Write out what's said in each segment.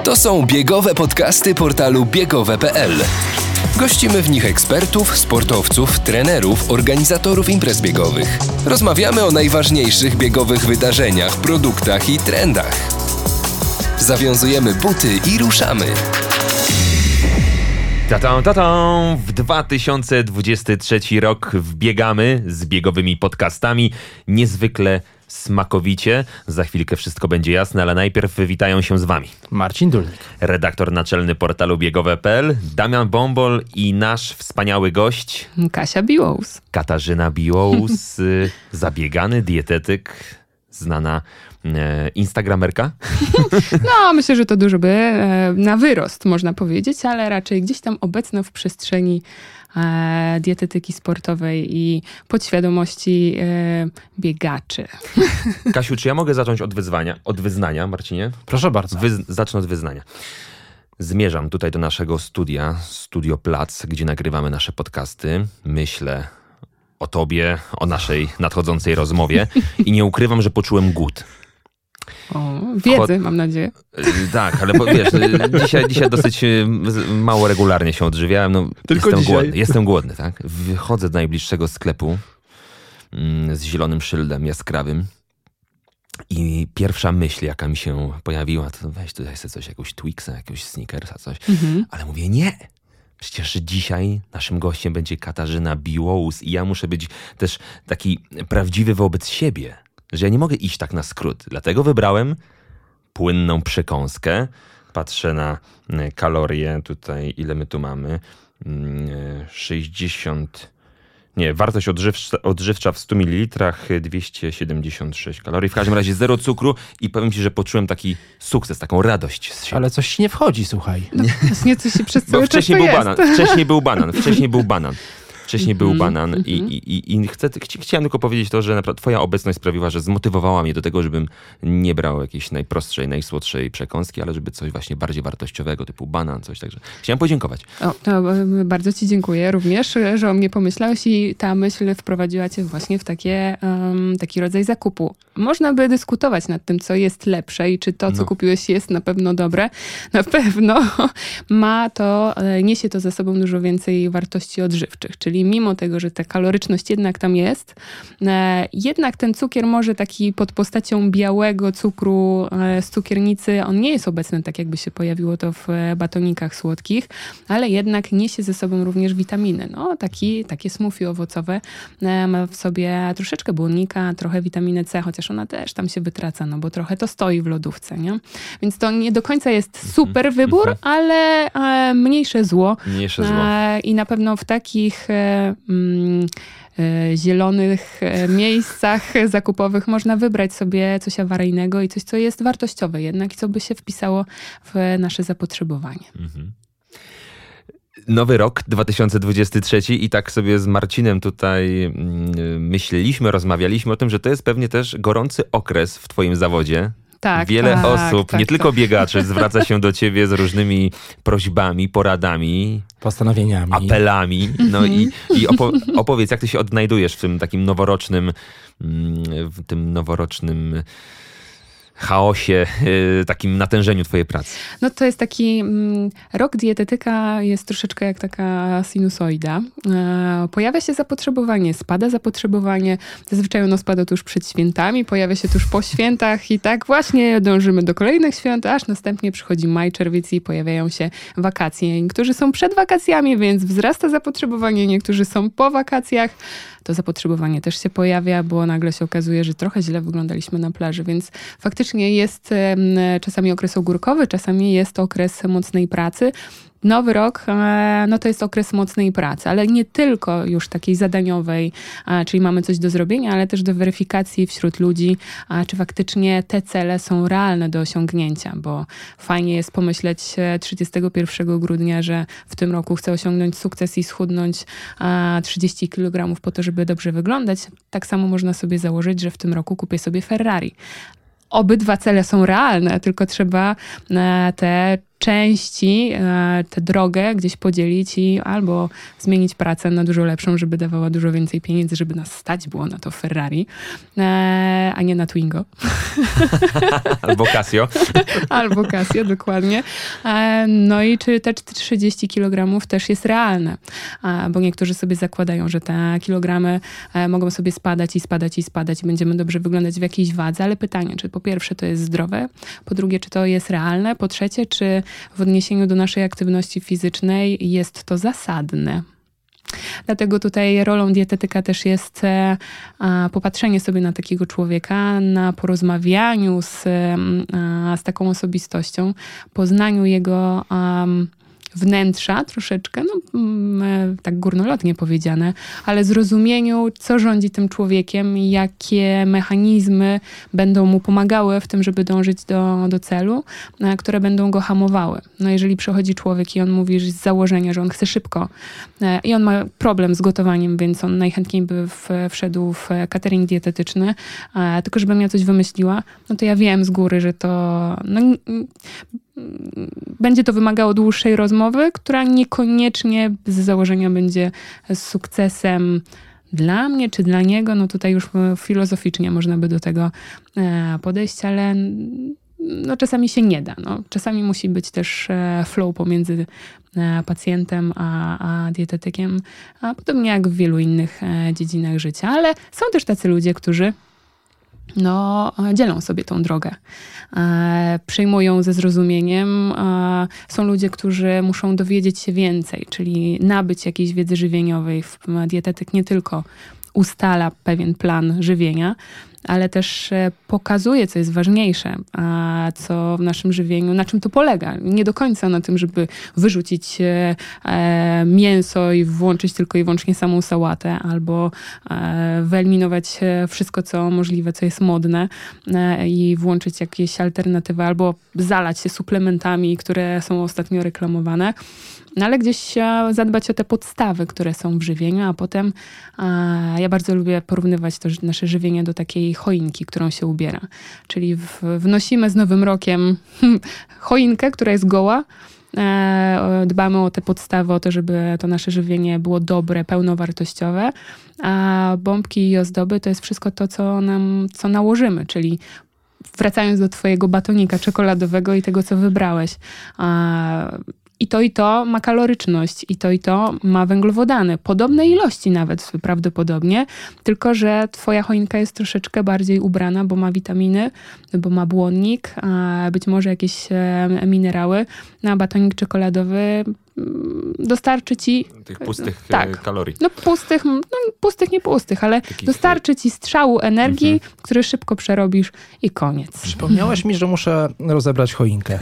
To są biegowe podcasty portalu biegowe.pl. Gościmy w nich ekspertów, sportowców, trenerów, organizatorów imprez biegowych. Rozmawiamy o najważniejszych biegowych wydarzeniach, produktach i trendach. Zawiązujemy buty i ruszamy. Ta-tam. W 2023 rok wbiegamy z biegowymi podcastami. Niezwykle smakowicie. Za chwilkę wszystko będzie jasne, ale najpierw witają się z wami Marcin Dulnik, redaktor naczelny portalu biegowe.pl, Damian Bombol i nasz wspaniały gość Kasia Biłous. Katarzyna Biłous, zabiegany dietetyk, znana instagramerka. No, myślę, że to dużo by na wyrost, można powiedzieć, ale raczej gdzieś tam obecna w przestrzeni dietetyki sportowej i podświadomości biegaczy. Kasiu, czy ja mogę zacząć od wyznania, Marcinie? Proszę bardzo. Zacznę od wyznania. Zmierzam tutaj do naszego Studio Plac, gdzie nagrywamy nasze podcasty. Myślę o tobie, o naszej nadchodzącej rozmowie i nie ukrywam, że poczułem głód. O, wiedzy, mam nadzieję. Tak, ale wiesz, dzisiaj dosyć mało regularnie się odżywiałem. No, Tylko jestem głodny, tak? Wychodzę do najbliższego sklepu z zielonym szyldem jaskrawym i pierwsza myśl, jaka mi się pojawiła, to weź tutaj sobie coś, jakąś Twixa, jakiegoś Snickersa, coś. Ale mówię, nie! Przecież dzisiaj naszym gościem będzie Katarzyna Biłous i ja muszę być też taki prawdziwy wobec siebie, że ja nie mogę iść tak na skrót. Dlatego wybrałem płynną przekąskę. Patrzę na kalorie tutaj, ile my tu mamy. 60... Nie, wartość odżywcza w 100 ml 276 kalorii. W każdym razie zero cukru i powiem ci, że poczułem taki sukces, taką radość z siebie. Ale coś ci nie wchodzi, słuchaj. No, właśnie coś się przez cały czas wcześniej był banan i chciałem tylko powiedzieć to, że naprawdę twoja obecność sprawiła, że zmotywowała mnie do tego, żebym nie brał jakiejś najprostszej, najsłodszej przekąski, ale żeby coś właśnie bardziej wartościowego, typu banan, coś. Także chciałem podziękować. To bardzo ci dziękuję również, że o mnie pomyślałeś i ta myśl wprowadziła cię właśnie w taki rodzaj zakupu. Można by dyskutować nad tym, co jest lepsze i czy to, co kupiłeś, jest na pewno dobre. Na pewno niesie to za sobą dużo więcej wartości odżywczych, czyli mimo tego, że ta kaloryczność jednak tam jest, jednak ten cukier może taki pod postacią białego cukru z cukiernicy, on nie jest obecny tak, jakby się pojawiło to w batonikach słodkich, ale jednak niesie ze sobą również witaminy. No, takie smoothie owocowe ma w sobie troszeczkę błonnika, trochę witaminy C, chociaż ona też tam się wytraca, no bo trochę to stoi w lodówce, nie? Więc to nie do końca jest super wybór, ale mniejsze zło. I na pewno w takich zielonych miejscach zakupowych można wybrać sobie coś awaryjnego i coś, co jest wartościowe jednak i co by się wpisało w nasze zapotrzebowanie. Nowy rok 2023 i tak sobie z Marcinem tutaj rozmawialiśmy o tym, że to jest pewnie też gorący okres w twoim zawodzie. Tak, Wiele osób, nie tylko biegaczy, zwraca się do ciebie z różnymi prośbami, poradami, postanowieniami, apelami. No i opowiedz, jak ty się odnajdujesz w tym takim noworocznym chaosie, takim natężeniu twojej pracy. No to jest taki rok dietetyka jest troszeczkę jak taka sinusoida. Pojawia się zapotrzebowanie, spada zapotrzebowanie. Zazwyczaj ono spada tuż przed świętami, pojawia się tuż po świętach i tak właśnie dążymy do kolejnych świąt, aż następnie przychodzi maj, czerwiec i pojawiają się wakacje. Niektórzy są przed wakacjami, więc wzrasta zapotrzebowanie, niektórzy są po wakacjach. To zapotrzebowanie też się pojawia, bo nagle się okazuje, że trochę źle wyglądaliśmy na plaży, więc faktycznie jest czasami okres ogórkowy, czasami jest okres mocnej pracy. Nowy rok, no to jest okres mocnej pracy, ale nie tylko już takiej zadaniowej, czyli mamy coś do zrobienia, ale też do weryfikacji wśród ludzi, czy faktycznie te cele są realne do osiągnięcia, bo fajnie jest pomyśleć 31 grudnia, że w tym roku chcę osiągnąć sukces i schudnąć 30 kg po to, żeby dobrze wyglądać. Tak samo można sobie założyć, że w tym roku kupię sobie Ferrari. Obydwa cele są realne, tylko trzeba te części tę drogę gdzieś podzielić i albo zmienić pracę na dużo lepszą, żeby dawała dużo więcej pieniędzy, żeby nas stać było na to Ferrari, a nie na Twingo. Albo Casio. Albo Casio, dokładnie. No i czy te 30 kg też jest realne? Bo niektórzy sobie zakładają, że te kilogramy mogą sobie spadać i spadać i spadać i będziemy dobrze wyglądać w jakiejś wadze, ale pytanie, czy po pierwsze to jest zdrowe, po drugie, czy to jest realne, po trzecie, czy w odniesieniu do naszej aktywności fizycznej jest to zasadne. Dlatego tutaj rolą dietetyka też jest popatrzenie sobie na takiego człowieka, na porozmawianiu z taką osobistością, poznaniu jego wnętrza troszeczkę, tak górnolotnie powiedziane, ale zrozumieniu, co rządzi tym człowiekiem, jakie mechanizmy będą mu pomagały w tym, żeby dążyć do celu, które będą go hamowały. No jeżeli przychodzi człowiek i on mówi z założenia, że on chce szybko i on ma problem z gotowaniem, więc on najchętniej by wszedł w catering dietetyczny, tylko żebym ja coś wymyśliła, no to ja wiem z góry, że to będzie to wymagało dłuższej rozmowy, która niekoniecznie z założenia będzie sukcesem dla mnie czy dla niego. No tutaj już filozoficznie można by do tego podejść, ale no czasami się nie da. No. Czasami musi być też flow pomiędzy pacjentem a dietetykiem, podobnie jak w wielu innych dziedzinach życia. Ale są też tacy ludzie, którzy dzielą sobie tą drogę. Przyjmują ze zrozumieniem. Są ludzie, którzy muszą dowiedzieć się więcej, czyli nabyć jakiejś wiedzy żywieniowej. Dietetyk nie tylko ustala pewien plan żywienia, ale też pokazuje, co jest ważniejsze, co w naszym żywieniu, na czym to polega. Nie do końca na tym, żeby wyrzucić mięso i włączyć tylko i wyłącznie samą sałatę, albo wyeliminować wszystko, co możliwe, co jest modne i włączyć jakieś alternatywy, albo zalać się suplementami, które są ostatnio reklamowane. No ale gdzieś zadbać o te podstawy, które są w żywieniu, a potem ja bardzo lubię porównywać to nasze żywienie do takiej choinki, którą się ubiera. Czyli wnosimy z Nowym Rokiem choinkę, która jest goła, dbamy o te podstawy, o to, żeby to nasze żywienie było dobre, pełnowartościowe, a bombki i ozdoby to jest wszystko to, co nałożymy, czyli wracając do twojego batonika czekoladowego i tego, co wybrałeś. I to ma kaloryczność, i to ma węglowodany. Podobne ilości nawet prawdopodobnie, tylko że twoja choinka jest troszeczkę bardziej ubrana, bo ma witaminy, bo ma błonnik, być może jakieś minerały. A batonik czekoladowy dostarczy ci... Tych pustych tak, kalorii. Pustych, nie pustych, ale takich dostarczy ci strzału energii, który szybko przerobisz i koniec. Przypomniałaś mi, że muszę rozebrać choinkę.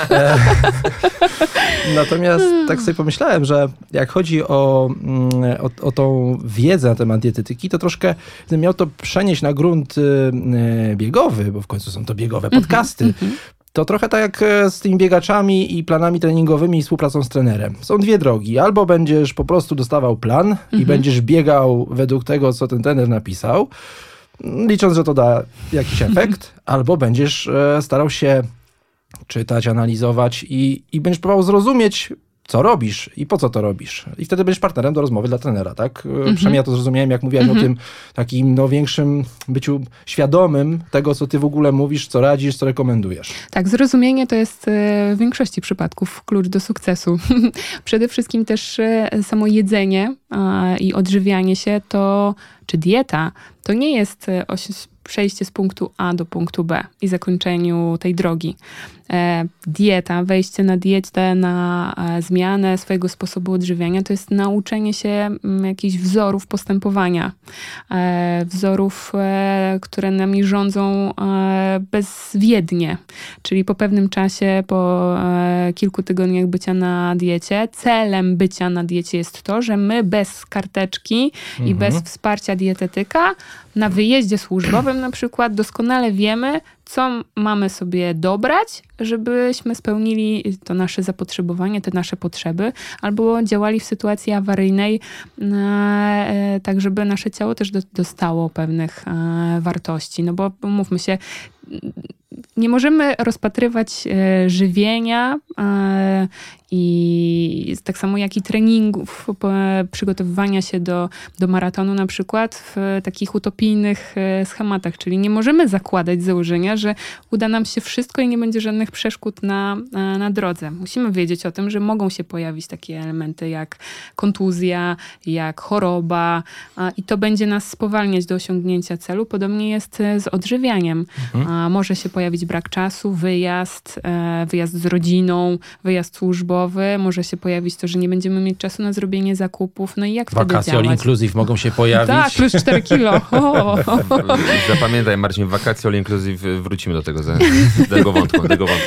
Natomiast tak sobie pomyślałem, że jak chodzi o tą wiedzę na temat dietetyki, to troszkę gdybym miał to przenieść na grunt biegowy, bo w końcu są to biegowe podcasty, to trochę tak jak z tymi biegaczami i planami treningowymi i współpracą z trenerem. Są dwie drogi. Albo będziesz po prostu dostawał plan i będziesz biegał według tego, co ten trener napisał, licząc, że to da jakiś efekt, albo będziesz starał się czytać, analizować i będziesz próbował zrozumieć, co robisz i po co to robisz. I wtedy będziesz partnerem do rozmowy dla trenera, tak? Przynajmniej ja to zrozumiałem, jak mówiłaś o tym takim większym byciu świadomym tego, co ty w ogóle mówisz, co radzisz, co rekomendujesz. Tak, zrozumienie to jest w większości przypadków klucz do sukcesu. Przede wszystkim też samo jedzenie i odżywianie się czy dieta, to nie jest przejście z punktu A do punktu B i zakończeniu tej drogi. Dieta, wejście na dietę, na zmianę swojego sposobu odżywiania, to jest nauczenie się jakichś wzorów postępowania. Wzorów, które nami rządzą bezwiednie. Czyli po pewnym czasie, po kilku tygodniach bycia na diecie, celem bycia na diecie jest to, że my bez karteczki i bez wsparcia dietetyka na wyjeździe służbowym na przykład doskonale wiemy, co mamy sobie dobrać, żebyśmy spełnili to nasze zapotrzebowanie, te nasze potrzeby, albo działali w sytuacji awaryjnej, tak żeby nasze ciało też dostało pewnych wartości. No bo mówmy się, nie możemy rozpatrywać żywienia i tak samo jak i treningów, przygotowywania się do maratonu na przykład w takich utopijnych schematach. Czyli nie możemy zakładać założenia, że uda nam się wszystko i nie będzie żadnych przeszkód na drodze. Musimy wiedzieć o tym, że mogą się pojawić takie elementy jak kontuzja, jak choroba i to będzie nas spowalniać do osiągnięcia celu. Podobnie jest z odżywianiem. Może się pojawić brak czasu, wyjazd z rodziną, wyjazd służbowy, może się pojawić to, że nie będziemy mieć czasu na zrobienie zakupów. No i jak wtedy Wakacje działać? all inclusive mogą się pojawić. Tak, plus 4 kilo. Zapamiętaj, Marcin, wakacje all inclusive, wrócimy do tego wątku.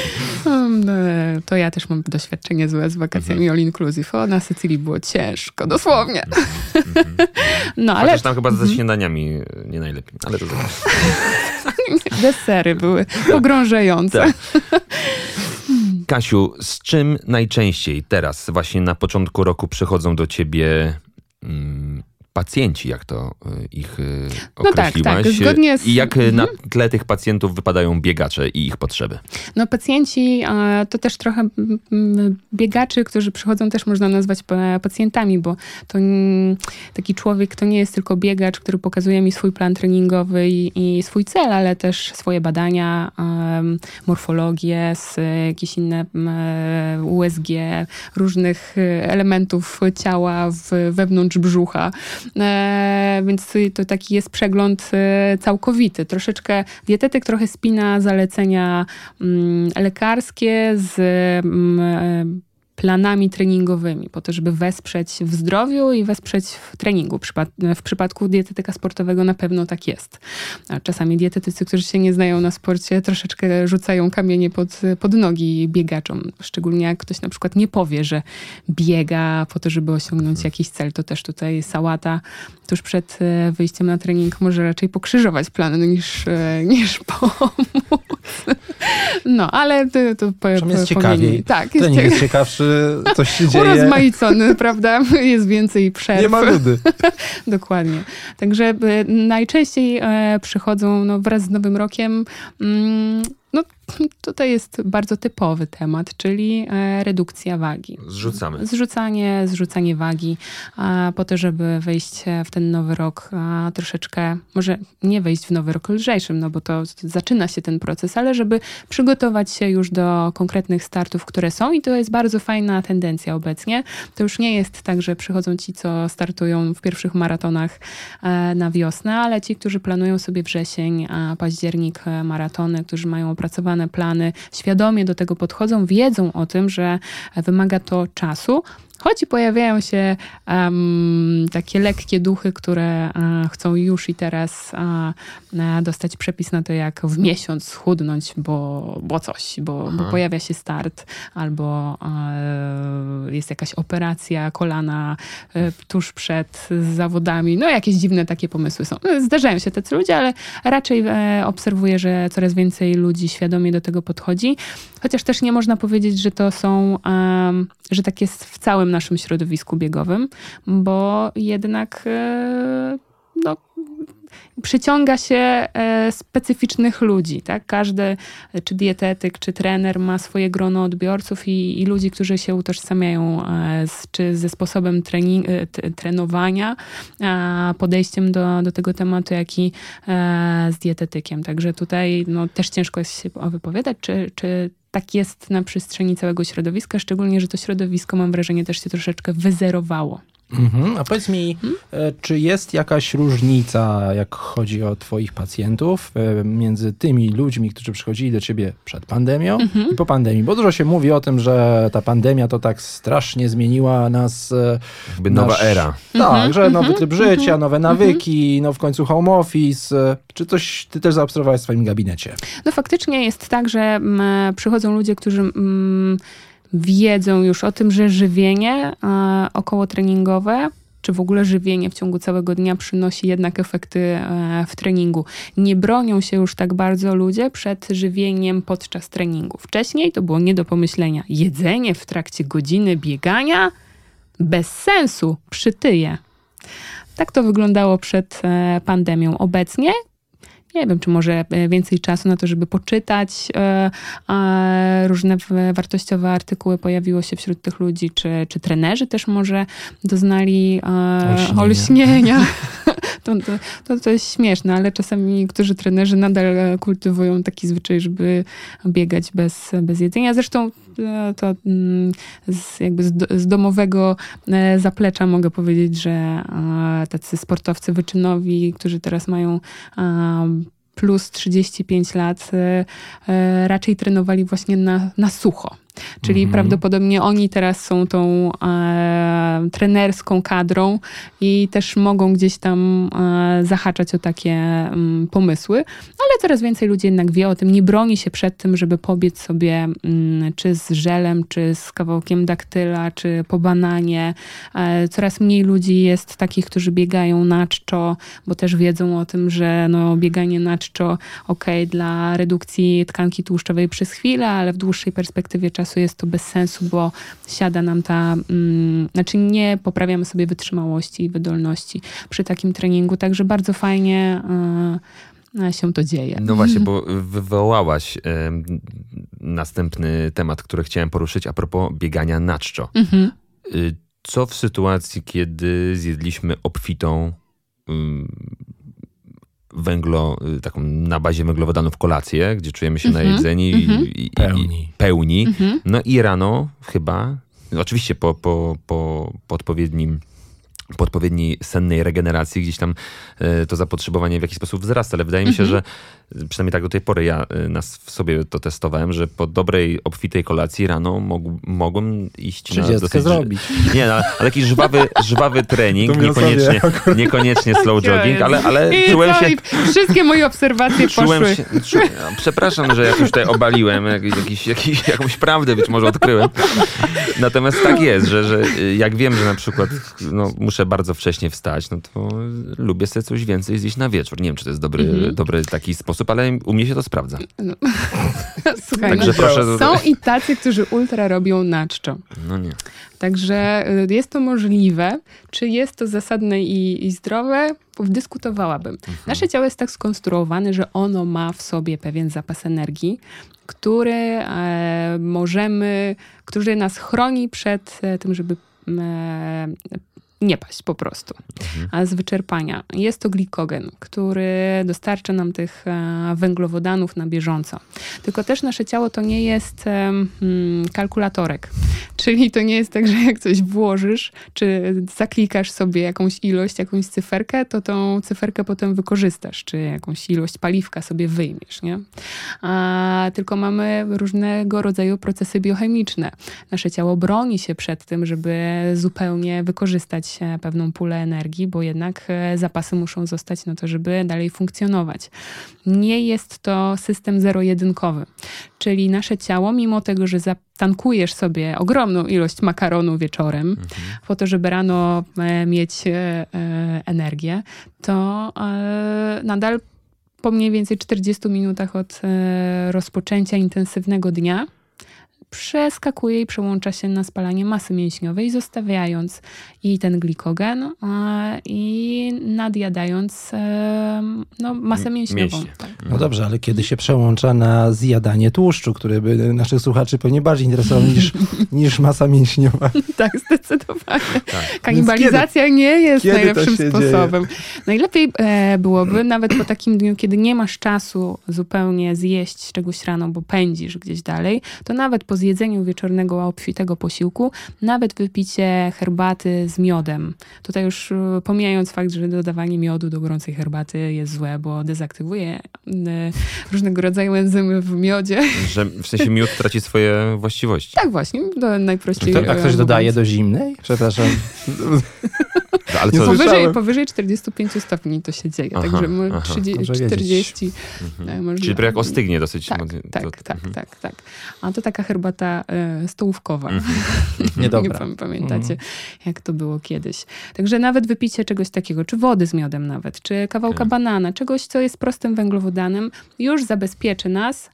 To ja też mam doświadczenie złe z wakacjami all inclusive. Na Sycylii było ciężko, dosłownie. No, ale chociaż tam chyba ze śniadaniami nie najlepiej, ale to desery były pogrążające. Tak. Kasiu, z czym najczęściej teraz, właśnie na początku roku, przychodzą do ciebie pacjenci, jak to ich określiłaś? Tak. Zgodnie z... I jak na tle tych pacjentów wypadają biegacze i ich potrzeby? No pacjenci to też trochę biegaczy, którzy przychodzą, też można nazwać pacjentami, bo to taki człowiek to nie jest tylko biegacz, który pokazuje mi swój plan treningowy i swój cel, ale też swoje badania, morfologię, jakieś inne USG, różnych elementów ciała wewnątrz brzucha. Więc to taki jest przegląd całkowity. Troszeczkę dietetyk trochę spina zalecenia lekarskie z planami treningowymi, po to, żeby wesprzeć w zdrowiu i wesprzeć w treningu. W przypadku dietetyka sportowego na pewno tak jest. A czasami dietetycy, którzy się nie znają na sporcie, troszeczkę rzucają kamienie pod nogi biegaczom. Szczególnie jak ktoś na przykład nie powie, że biega po to, żeby osiągnąć jakiś cel. To też tutaj sałata tuż przed wyjściem na trening może raczej pokrzyżować plany niż pomóc. No, ale to jest ciekawiej. Tak, trening jest ciekawszy, coś się dzieje. Urozmaicony, prawda? Jest więcej przerw. Nie ma nudy. Dokładnie. Także najczęściej przychodzą wraz z Nowym Rokiem. Tutaj jest bardzo typowy temat, czyli redukcja wagi. Zrzucanie wagi po to, żeby wejść w ten nowy rok troszeczkę, może nie wejść w nowy rok lżejszym, no bo to zaczyna się ten proces, ale żeby przygotować się już do konkretnych startów, które są i to jest bardzo fajna tendencja obecnie. To już nie jest tak, że przychodzą ci, co startują w pierwszych maratonach na wiosnę, ale ci, którzy planują sobie wrzesień, październik, maratony, którzy mają opracowane plany, świadomie do tego podchodzą, wiedzą o tym, że wymaga to czasu, choć pojawiają się takie lekkie duchy, które chcą już i teraz dostać przepis na to, jak w miesiąc schudnąć, bo pojawia się start, albo jest jakaś operacja kolana tuż przed zawodami. No jakieś dziwne takie pomysły są. Zdarzają się tacy ludzie, ale raczej obserwuję, że coraz więcej ludzi świadomie do tego podchodzi. Chociaż też nie można powiedzieć, że to są, że tak jest w całym naszym środowisku biegowym, bo jednak przyciąga się specyficznych ludzi, tak? Każdy, czy dietetyk, czy trener ma swoje grono odbiorców i ludzi, którzy się utożsamiają czy ze sposobem trenowania, podejściem do tego tematu, jak i z dietetykiem. Także tutaj też ciężko jest się wypowiadać, czy tak jest na przestrzeni całego środowiska, szczególnie, że to środowisko, mam wrażenie, też się troszeczkę wyzerowało. A powiedz mi, czy jest jakaś różnica, jak chodzi o twoich pacjentów, między tymi ludźmi, którzy przychodzili do ciebie przed pandemią i po pandemii? Bo dużo się mówi o tym, że ta pandemia to tak strasznie zmieniła nas. Jakby nowa era. Tak, że nowy tryb życia, nowe nawyki, w końcu home office. Czy coś ty też zaobserwowałeś w swoim gabinecie? No faktycznie jest tak, że przychodzą ludzie, którzy wiedzą już o tym, że żywienie okołotreningowe, czy w ogóle żywienie w ciągu całego dnia przynosi jednak efekty w treningu. Nie bronią się już tak bardzo ludzie przed żywieniem podczas treningu. Wcześniej to było nie do pomyślenia. Jedzenie w trakcie godziny biegania? Bez sensu, przytyje. Tak to wyglądało przed pandemią. Obecnie nie wiem, czy może więcej czasu na to, żeby poczytać różne wartościowe artykuły pojawiło się wśród tych ludzi, czy trenerzy też może doznali olśnienia. To jest śmieszne, ale czasami niektórzy trenerzy nadal kultywują taki zwyczaj, żeby biegać bez jedzenia. Zresztą to z domowego zaplecza mogę powiedzieć, że tacy sportowcy wyczynowi, którzy teraz mają plus 35 lat, raczej trenowali właśnie na sucho. Czyli prawdopodobnie oni teraz są tą trenerską kadrą i też mogą gdzieś tam zahaczać o takie pomysły. Ale coraz więcej ludzi jednak wie o tym, nie broni się przed tym, żeby pobiec sobie czy z żelem, czy z kawałkiem daktyla, czy po bananie. Coraz mniej ludzi jest takich, którzy biegają na czczo, bo też wiedzą o tym, że bieganie na czczo dla redukcji tkanki tłuszczowej przez chwilę, ale w dłuższej perspektywie czasu jest to bez sensu, bo siada nam nie poprawiamy sobie wytrzymałości i wydolności przy takim treningu, także bardzo fajnie się to dzieje. No właśnie, bo wywołałaś następny temat, który chciałem poruszyć a propos biegania na czczo. Co w sytuacji, kiedy zjedliśmy obfitą taką na bazie węglowodanów kolację, gdzie czujemy się najedzeni i pełni. No i rano chyba, oczywiście po odpowiedniej sennej regeneracji gdzieś tam to zapotrzebowanie w jakiś sposób wzrasta, ale wydaje mi się, że przynajmniej tak do tej pory ja w sobie to testowałem, że po dobrej, obfitej kolacji rano mogłem iść na dosyć... zrobić. Nie, ale taki żwawy trening, niekoniecznie slow jogging, ale czułem się... Wszystkie moje obserwacje poszły. Przepraszam, że jakoś tutaj obaliłem, jakąś prawdę być może odkryłem. Natomiast tak jest, że jak wiem, że na przykład muszę bardzo wcześnie wstać, no to lubię sobie coś więcej zjeść na wieczór. Nie wiem, czy to jest dobry taki sposób, ale u mnie się to sprawdza. Słuchaj, także proszę... są i tacy, którzy ultra robią na czczo. No nie. Także jest to możliwe. Czy jest to zasadne i zdrowe? Dyskutowałabym. Nasze ciało jest tak skonstruowane, że ono ma w sobie pewien zapas energii, który nas chroni przed tym, żeby nie paść po prostu, z wyczerpania. Jest to glikogen, który dostarcza nam tych węglowodanów na bieżąco. Tylko też nasze ciało to nie jest kalkulatorek. Czyli to nie jest tak, że jak coś włożysz, czy zaklikasz sobie jakąś ilość, jakąś cyferkę, to tą cyferkę potem wykorzystasz, czy jakąś ilość paliwka sobie wyjmiesz, nie? Tylko mamy różnego rodzaju procesy biochemiczne. Nasze ciało broni się przed tym, żeby zupełnie wykorzystać pewną pulę energii, bo jednak zapasy muszą zostać na to, żeby dalej funkcjonować. Nie jest to system zero-jedynkowy, czyli nasze ciało, mimo tego, że zatankujesz sobie ogromną ilość makaronu wieczorem, po to, żeby rano mieć energię, to nadal po mniej więcej 40 minutach od rozpoczęcia intensywnego dnia przeskakuje i przełącza się na spalanie masy mięśniowej, zostawiając i ten glikogen i nadjadając masę mięśniową. Tak. No dobrze, ale kiedy się przełącza na zjadanie tłuszczu, który by naszych słuchaczy pewnie bardziej interesował niż masa mięśniowa. Tak, zdecydowanie. Tak. Kanibalizacja nie jest najlepszym sposobem. Dzieje? Najlepiej byłoby nawet po takim dniu, kiedy nie masz czasu zupełnie zjeść czegoś rano, bo pędzisz gdzieś dalej, to nawet po zjedzeniu wieczornego obfitego posiłku, nawet wypicie herbaty z miodem. Tutaj już pomijając fakt, że dodawanie miodu do gorącej herbaty jest złe, bo dezaktywuje różnego rodzaju enzymy w miodzie. Że w sensie miód traci swoje właściwości. Tak właśnie, najprościej. A ktoś dodaje do zimnej? Przepraszam. Ale co? Powyżej 45 stopni to się dzieje, także 40. Czyli prawie jak ostygnie dosyć. Tak. A to taka herbata stołówkowa. Niedobra. Nie pamiętacie, jak to było kiedyś. Także nawet wypicie czegoś takiego, czy wody z miodem nawet, czy kawałka banana, czegoś, co jest prostym węglowodanem, już zabezpieczy nas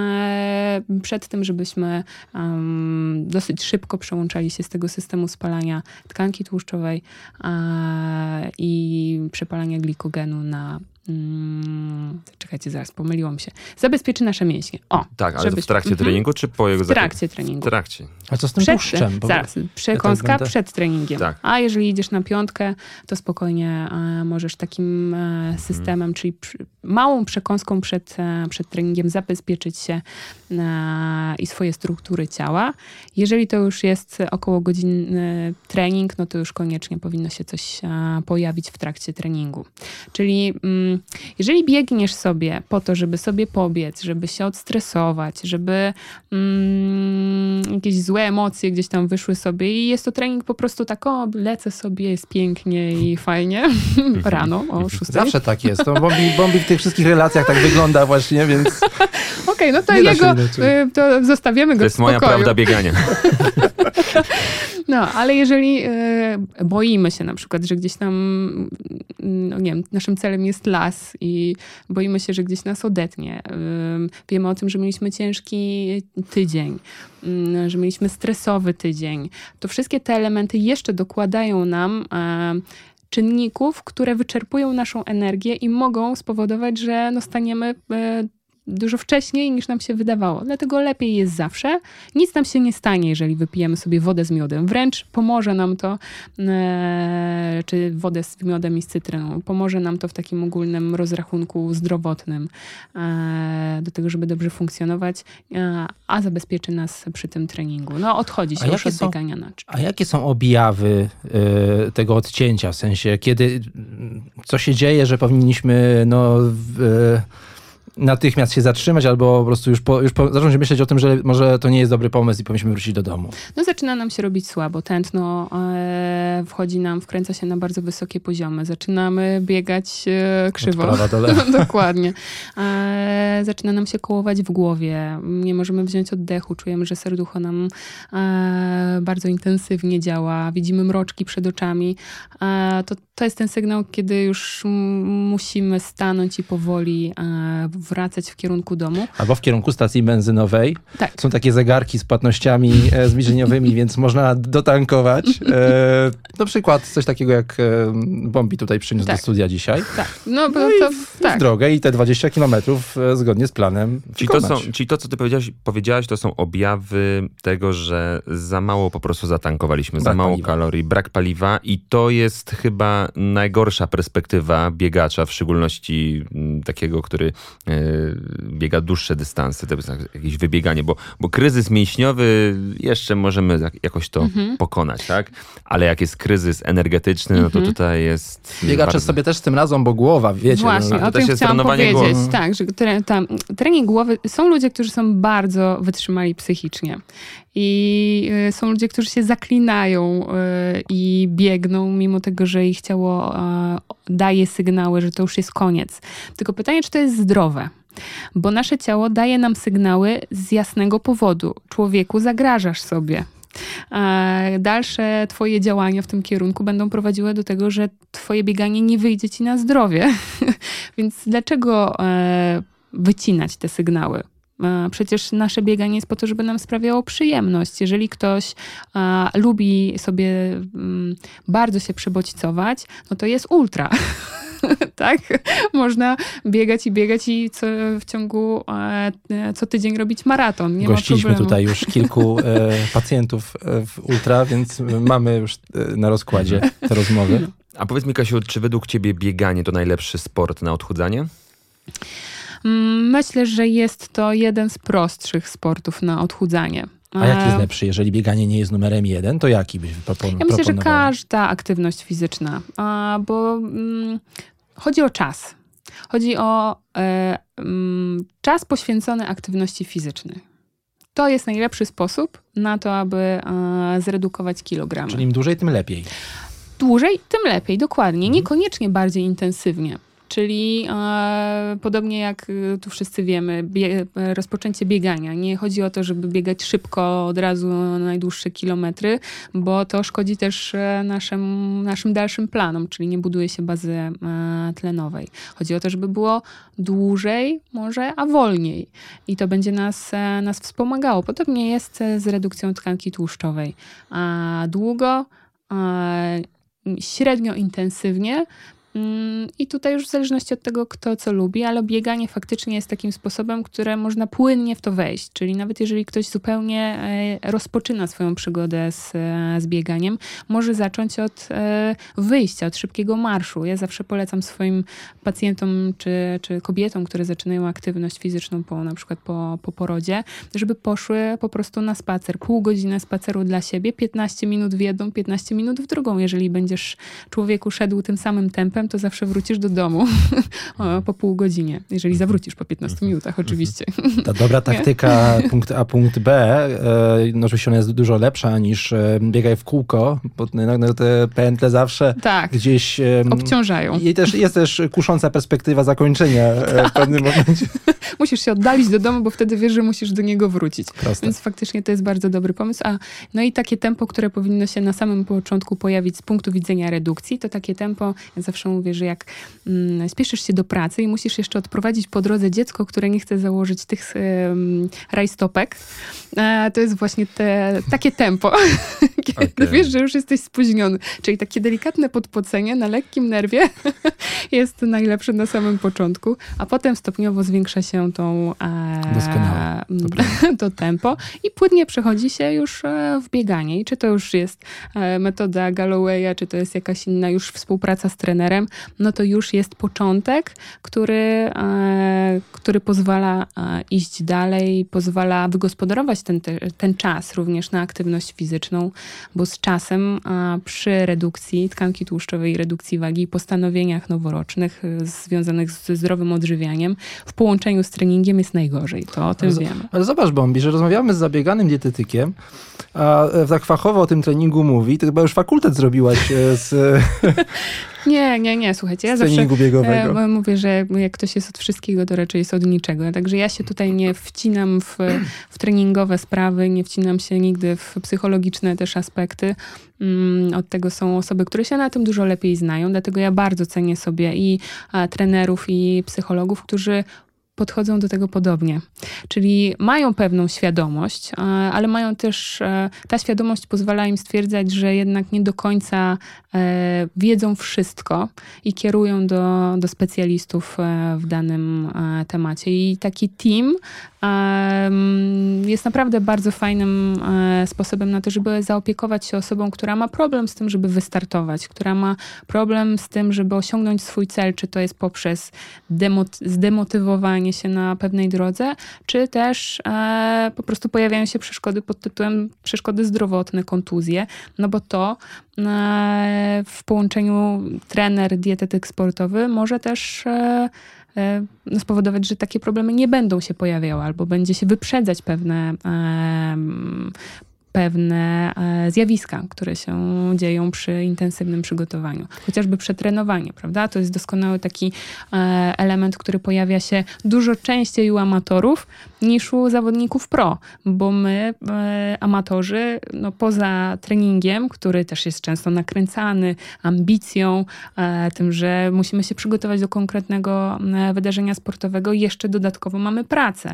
przed tym, żebyśmy dosyć szybko przełączali się z tego systemu spalania tkanki tłuszczowej i przepalania glikogenu na Czekajcie, zaraz, pomyliłam się. Zabezpieczy nasze mięśnie. O, Tak, ale to w trakcie treningu, czy po jego w trakcie treningu. W trakcie. A co z tym tłuszczem? Bo Zaraz, przekąska będę- przed treningiem. Tak. A jeżeli idziesz na 5, to spokojnie możesz takim systemem, czyli małą przekąską przed treningiem zabezpieczyć się i swoje struktury ciała. Jeżeli to już jest około godzinny trening, no to już koniecznie powinno się coś pojawić w trakcie treningu. Czyli jeżeli biegniesz sobie po to, żeby sobie pobiec, żeby się odstresować, żeby jakieś złe emocje gdzieś tam wyszły sobie i jest to trening po prostu tak, o, lecę sobie, jest pięknie i fajnie rano o 6. Zawsze tak jest. To Bombi w tych wszystkich relacjach tak wygląda właśnie, więc Okej, no to Nie da się jego, inaczej. to zostawiamy go To jest w spokoju. moja prawda biegania. No, ale jeżeli boimy się na przykład, że gdzieś tam, no nie wiem, naszym celem jest las i boimy się, że gdzieś nas odetnie. Wiemy o tym, że mieliśmy ciężki tydzień, że mieliśmy stresowy tydzień. To wszystkie te elementy jeszcze dokładają nam czynników, które wyczerpują naszą energię i mogą spowodować, że no staniemy dużo wcześniej niż nam się wydawało. Dlatego lepiej jest zawsze. Nic nam się nie stanie, jeżeli wypijemy sobie wodę z miodem. Wręcz pomoże nam to, czy wodę z miodem i z cytryną, pomoże nam to w takim ogólnym rozrachunku zdrowotnym do tego, żeby dobrze funkcjonować, a zabezpieczy nas przy tym treningu. No odchodzi się już od biegania na czym. A jakie są objawy tego odcięcia? W sensie, co się dzieje, że powinniśmy natychmiast się zatrzymać albo po prostu już zacząć myśleć o tym, że może to nie jest dobry pomysł i powinniśmy wrócić do domu? No zaczyna nam się robić słabo. Tętno wchodzi nam, wkręca się na bardzo wysokie poziomy. Zaczynamy biegać krzywo. Od prawa do lewa. Dokładnie. Zaczyna nam się kołować w głowie. Nie możemy wziąć oddechu. Czujemy, że serducho nam bardzo intensywnie działa. Widzimy mroczki przed oczami. To jest ten sygnał, kiedy już musimy stanąć i powoli wracać w kierunku domu. Albo w kierunku stacji benzynowej. Tak. Są takie zegarki z płatnościami zbliżeniowymi, więc można dotankować. Na przykład coś takiego, jak Bombi tutaj przyniósł do studia dzisiaj. Tak. No, bo W drogę i te 20 kilometrów zgodnie z planem Czyli to, co ty powiedziałaś, to są objawy tego, że za mało po prostu zatankowaliśmy, za mało kalorii, brak paliwa i to jest chyba najgorsza perspektywa biegacza, w szczególności takiego, który biega dłuższe dystanse, to jest jakieś wybieganie, bo kryzys mięśniowy jeszcze możemy jakoś to pokonać, tak? Ale jak jest kryzys energetyczny, no to tutaj jest... Biegacze sobie też z tym radzą, bo głowa, wiecie. Właśnie, to o też tym jest chciałam trenowanie powiedzieć. głowy. Tak, że trening głowy, są ludzie, którzy są bardzo wytrzymali psychicznie. I są ludzie, którzy się zaklinają i biegną, mimo tego, że ich ciało daje sygnały, że to już jest koniec. Tylko pytanie, czy to jest zdrowe? Bo nasze ciało daje nam sygnały z jasnego powodu. Człowieku, zagrażasz sobie. Dalsze twoje działania w tym kierunku będą prowadziły do tego, że twoje bieganie nie wyjdzie ci na zdrowie. Więc dlaczego wycinać te sygnały? Przecież nasze bieganie jest po to, żeby nam sprawiało przyjemność. Jeżeli ktoś lubi sobie bardzo się przebodźcować, no to jest ultra. Tak? Można biegać i w ciągu co tydzień robić maraton. Nie Gościliśmy ma problemu. tutaj już kilku pacjentów w ultra, więc mamy już na rozkładzie te rozmowy. A powiedz mi, Kasiu, czy według ciebie bieganie to najlepszy sport na odchudzanie? Myślę, że jest to jeden z prostszych sportów na odchudzanie. A jaki jest lepszy? Jeżeli bieganie nie jest numerem 1, to jaki byś proponował? Ja myślę, że każda aktywność fizyczna, bo chodzi o czas. Chodzi o czas poświęcony aktywności fizycznej. To jest najlepszy sposób na to, aby zredukować kilogramy. Czyli im dłużej, tym lepiej. Dłużej, tym lepiej, dokładnie. Niekoniecznie bardziej intensywnie. Czyli podobnie jak tu wszyscy wiemy, rozpoczęcie biegania. Nie chodzi o to, żeby biegać szybko od razu na najdłuższe kilometry, bo to szkodzi też naszym dalszym planom, czyli nie buduje się bazy tlenowej. Chodzi o to, żeby było dłużej może, a wolniej. I to będzie nas wspomagało. Podobnie jest z redukcją tkanki tłuszczowej. Długo, średnio intensywnie, I tutaj już w zależności od tego, kto co lubi, ale bieganie faktycznie jest takim sposobem, które można płynnie w to wejść. Czyli nawet jeżeli ktoś zupełnie rozpoczyna swoją przygodę z bieganiem, może zacząć od wyjścia, od szybkiego marszu. Ja zawsze polecam swoim pacjentom czy kobietom, które zaczynają aktywność fizyczną na przykład po porodzie, żeby poszły po prostu na spacer. Pół godziny spaceru dla siebie, 15 minut w jedną, 15 minut w drugą. Jeżeli będziesz człowieku szedł tym samym tempem, to zawsze wrócisz do domu po pół godzinie. Jeżeli zawrócisz po 15 minutach oczywiście. Ta dobra taktyka punkt A, punkt B, no oczywiście ona jest dużo lepsza niż biegaj w kółko, bo te pętle zawsze gdzieś obciążają. I jest też kusząca perspektywa zakończenia w pewnym momencie. Musisz się oddalić do domu, bo wtedy wiesz, że musisz do niego wrócić. Proste. Więc faktycznie to jest bardzo dobry pomysł. No i takie tempo, które powinno się na samym początku pojawić z punktu widzenia redukcji, to takie tempo, ja zawsze mówię, że jak spieszysz się do pracy i musisz jeszcze odprowadzić po drodze dziecko, które nie chce założyć tych rajstopek, to jest właśnie takie tempo, kiedy wiesz, że już jesteś spóźniony. Czyli takie delikatne podpocenie na lekkim nerwie jest najlepsze na samym początku, a potem stopniowo zwiększa się to tempo i płynnie przechodzi się już w bieganie. I czy to już jest metoda Gallowaya, czy to jest jakaś inna już współpraca z trenerem, no to już jest początek, który pozwala iść dalej, pozwala wygospodarować ten czas również na aktywność fizyczną, bo z czasem przy redukcji tkanki tłuszczowej, redukcji wagi, postanowieniach noworocznych związanych ze zdrowym odżywianiem, w połączeniu z treningiem jest najgorzej. To o tym wiemy. Ale zobacz, Bombi, że rozmawiamy z zabieganym dietetykiem, a tak fachowo o tym treningu mówi, to chyba już fakultet zrobiłaś z... Nie, słuchajcie, ja zawsze biegowego. Mówię, że jak ktoś jest od wszystkiego, to raczej jest od niczego. Także ja się tutaj nie wcinam w treningowe sprawy, nie wcinam się nigdy w psychologiczne też aspekty. Od tego są osoby, które się na tym dużo lepiej znają, dlatego ja bardzo cenię sobie i trenerów, i psychologów, którzy podchodzą do tego podobnie. Czyli mają pewną świadomość, ale mają też, ta świadomość pozwala im stwierdzać, że jednak nie do końca wiedzą wszystko i kierują do specjalistów w danym temacie. I taki team jest naprawdę bardzo fajnym sposobem na to, żeby zaopiekować się osobą, która ma problem z tym, żeby wystartować, która ma problem z tym, żeby osiągnąć swój cel, czy to jest poprzez zdemotywowanie się na pewnej drodze, czy też po prostu pojawiają się przeszkody pod tytułem przeszkody zdrowotne, kontuzje, no bo to w połączeniu trener, dietetyk sportowy może też spowodować, że takie problemy nie będą się pojawiały albo będzie się wyprzedzać pewne zjawiska, które się dzieją przy intensywnym przygotowaniu. Chociażby przetrenowanie, prawda? To jest doskonały taki element, który pojawia się dużo częściej u amatorów niż u zawodników pro, bo my, amatorzy, no poza treningiem, który też jest często nakręcany, ambicją, tym, że musimy się przygotować do konkretnego wydarzenia sportowego, jeszcze dodatkowo mamy pracę,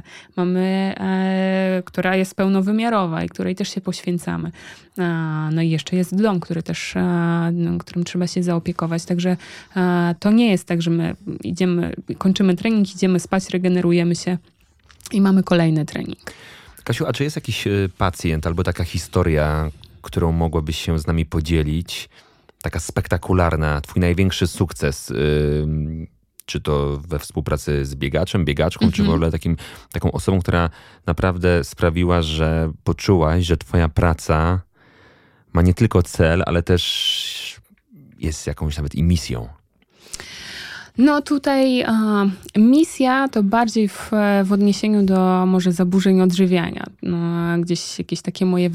która jest pełnowymiarowa i której też się poświęcamy. No i jeszcze jest dom, którym trzeba się zaopiekować. Także to nie jest tak, że my kończymy trening, idziemy spać, regenerujemy się i mamy kolejny trening. Kasiu, a czy jest jakiś pacjent albo taka historia, którą mogłabyś się z nami podzielić? Taka spektakularna, twój największy sukces, czy to we współpracy z biegaczem, biegaczką, czy w ogóle taką osobą, która naprawdę sprawiła, że poczułaś, że twoja praca ma nie tylko cel, ale też jest jakąś nawet i misją. No tutaj misja to bardziej w odniesieniu do może zaburzeń odżywiania. Gdzieś jakieś takie moje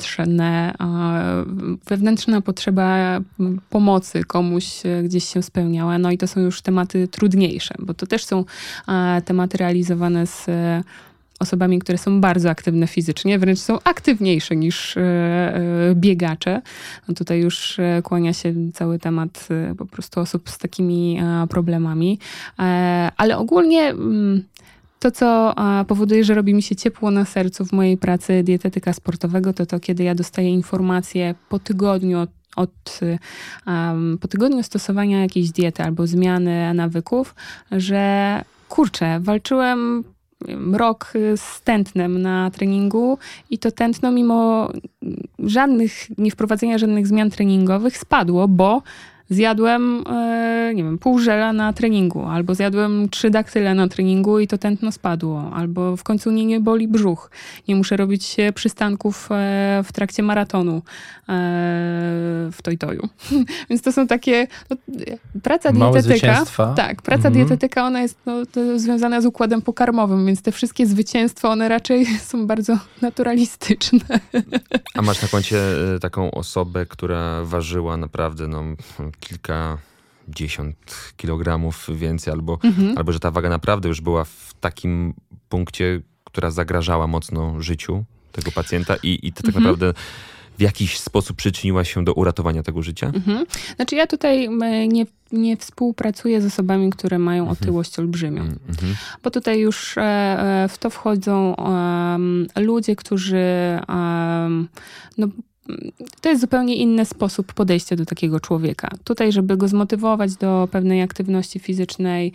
wewnętrzna potrzeba pomocy komuś gdzieś się spełniała. No i to są już tematy trudniejsze, bo to też są tematy realizowane z osobami, które są bardzo aktywne fizycznie, wręcz są aktywniejsze niż biegacze. No tutaj już kłania się cały temat po prostu osób z takimi problemami. Ale ogólnie to, co powoduje, że robi mi się ciepło na sercu w mojej pracy dietetyka sportowego, to kiedy ja dostaję informacje po tygodniu po tygodniu stosowania jakiejś diety albo zmiany nawyków, że kurczę, walczyłem rok z tętnem na treningu i to tętno mimo niewprowadzenia żadnych zmian treningowych spadło, bo zjadłem, nie wiem, pół żela na treningu, albo zjadłem 3 daktyle na treningu i to tętno spadło, albo w końcu nie boli brzuch. Nie muszę robić przystanków w trakcie maratonu w Toju. Więc to są takie... praca małe dietetyka. zwycięstwa. Tak, praca dietetyka, ona jest to związana z układem pokarmowym, więc te wszystkie zwycięstwa, one raczej są bardzo naturalistyczne. A masz na koncie taką osobę, która ważyła naprawdę kilkadziesiąt kilogramów więcej, albo że ta waga naprawdę już była w takim punkcie, która zagrażała mocno życiu tego pacjenta i to tak naprawdę w jakiś sposób przyczyniła się do uratowania tego życia? Znaczy ja tutaj nie współpracuję z osobami, które mają otyłość olbrzymią. Bo tutaj już w to wchodzą ludzie, którzy to jest zupełnie inny sposób podejścia do takiego człowieka. Tutaj, żeby go zmotywować do pewnej aktywności fizycznej,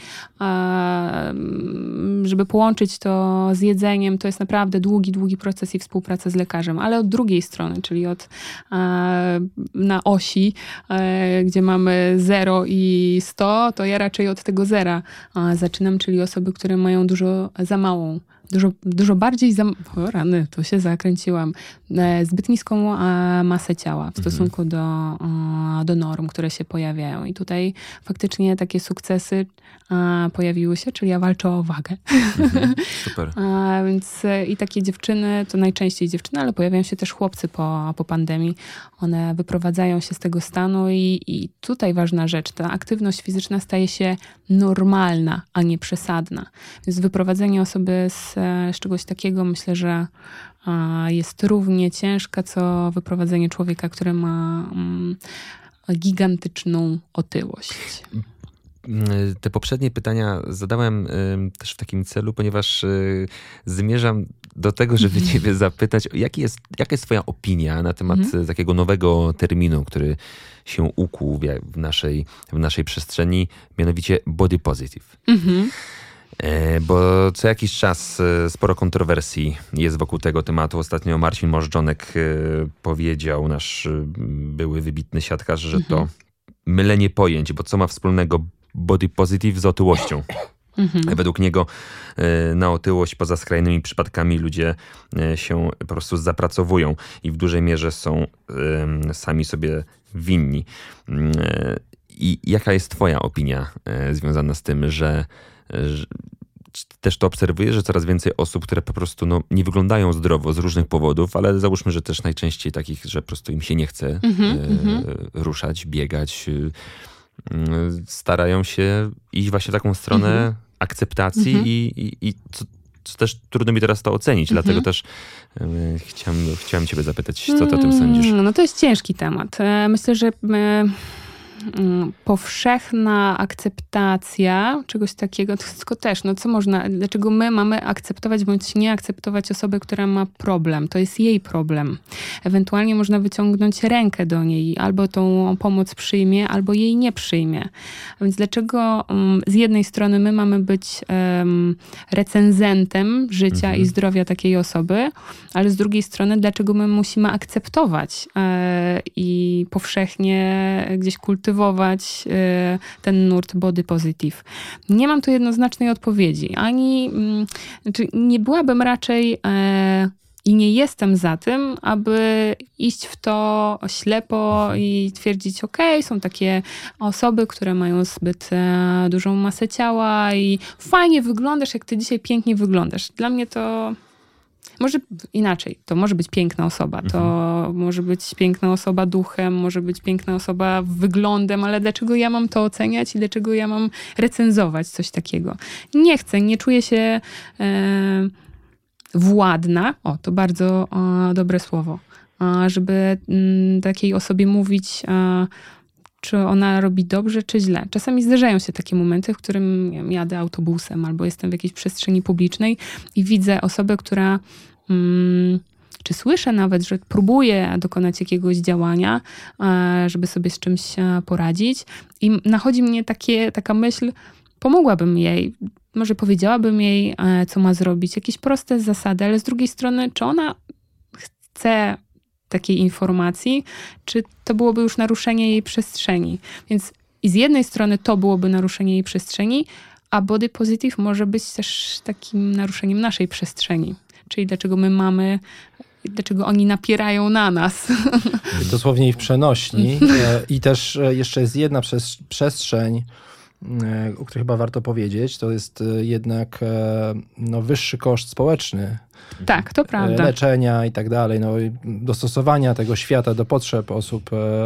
żeby połączyć to z jedzeniem, to jest naprawdę długi proces i współpraca z lekarzem. Ale od drugiej strony, czyli na osi, gdzie mamy 0 i 100, to ja raczej od tego 0 zaczynam, czyli osoby, które mają dużo za małą, dużo bardziej rany, to się zakręciłam. Zbyt niską masę ciała w stosunku do norm, które się pojawiają. I tutaj faktycznie takie sukcesy pojawiły się, czyli ja walczę o wagę. Super. Więc i takie dziewczyny, to najczęściej dziewczyny, ale pojawiają się też chłopcy po pandemii. One wyprowadzają się z tego stanu i tutaj ważna rzecz, ta aktywność fizyczna staje się normalna, a nie przesadna. Więc wyprowadzenie osoby z czegoś takiego, myślę, że jest równie ciężka, co wyprowadzenie człowieka, który ma gigantyczną otyłość. Te poprzednie pytania zadałem też w takim celu, ponieważ zmierzam do tego, żeby ciebie zapytać, jaka jest twoja opinia na temat takiego nowego terminu, który się ukuł w naszej przestrzeni, mianowicie body positive. Bo co jakiś czas sporo kontrowersji jest wokół tego tematu. Ostatnio Marcin Możdżonek powiedział, nasz były wybitny siatkarz, że to mylenie pojęć, bo co ma wspólnego body positive z otyłością? Według niego na otyłość poza skrajnymi przypadkami ludzie się po prostu zapracowują i w dużej mierze są sami sobie winni. I jaka jest twoja opinia związana z tym, że też to obserwuję, że coraz więcej osób, które po prostu nie wyglądają zdrowo z różnych powodów, ale załóżmy, że też najczęściej takich, że po prostu im się nie chce ruszać, biegać, starają się iść właśnie w taką stronę akceptacji i co też trudno mi teraz to ocenić, dlatego też chciałem ciebie zapytać, co ty o tym sądzisz? No to jest ciężki temat. Myślę, że powszechna akceptacja czegoś takiego, to tylko też, dlaczego my mamy akceptować bądź nie akceptować osobę, która ma problem? To jest jej problem. Ewentualnie można wyciągnąć rękę do niej, albo tą pomoc przyjmie, albo jej nie przyjmie. A więc dlaczego z jednej strony my mamy być recenzentem życia i zdrowia takiej osoby, ale z drugiej strony dlaczego my musimy akceptować i powszechnie gdzieś kultywować ten nurt body positive. Nie mam tu jednoznacznej odpowiedzi. Nie byłabym raczej i nie jestem za tym, aby iść w to ślepo i twierdzić, są takie osoby, które mają zbyt dużą masę ciała i fajnie wyglądasz, jak ty dzisiaj pięknie wyglądasz. Dla mnie to może inaczej. To może być piękna osoba. To może być piękna osoba duchem, może być piękna osoba wyglądem, ale dlaczego ja mam to oceniać i dlaczego ja mam recenzować coś takiego? Nie chcę, nie czuję się władna. To bardzo dobre słowo. Żeby takiej osobie mówić, czy ona robi dobrze, czy źle. Czasami zdarzają się takie momenty, w którym jadę autobusem albo jestem w jakiejś przestrzeni publicznej i widzę osobę, która czy słyszę nawet, że próbuje dokonać jakiegoś działania, żeby sobie z czymś poradzić i nachodzi mnie taka myśl, pomogłabym jej, może powiedziałabym jej, co ma zrobić, jakieś proste zasady, ale z drugiej strony, czy ona chce takiej informacji, czy to byłoby już naruszenie jej przestrzeni. Więc i z jednej strony to byłoby naruszenie jej przestrzeni, a body positive może być też takim naruszeniem naszej przestrzeni. Czyli dlaczego oni napierają na nas. Dosłownie i w przenośni. I też jeszcze jest jedna przestrzeń, o której chyba warto powiedzieć, to jest jednak wyższy koszt społeczny. Tak, to prawda. Leczenia i tak dalej, dostosowania tego świata do potrzeb osób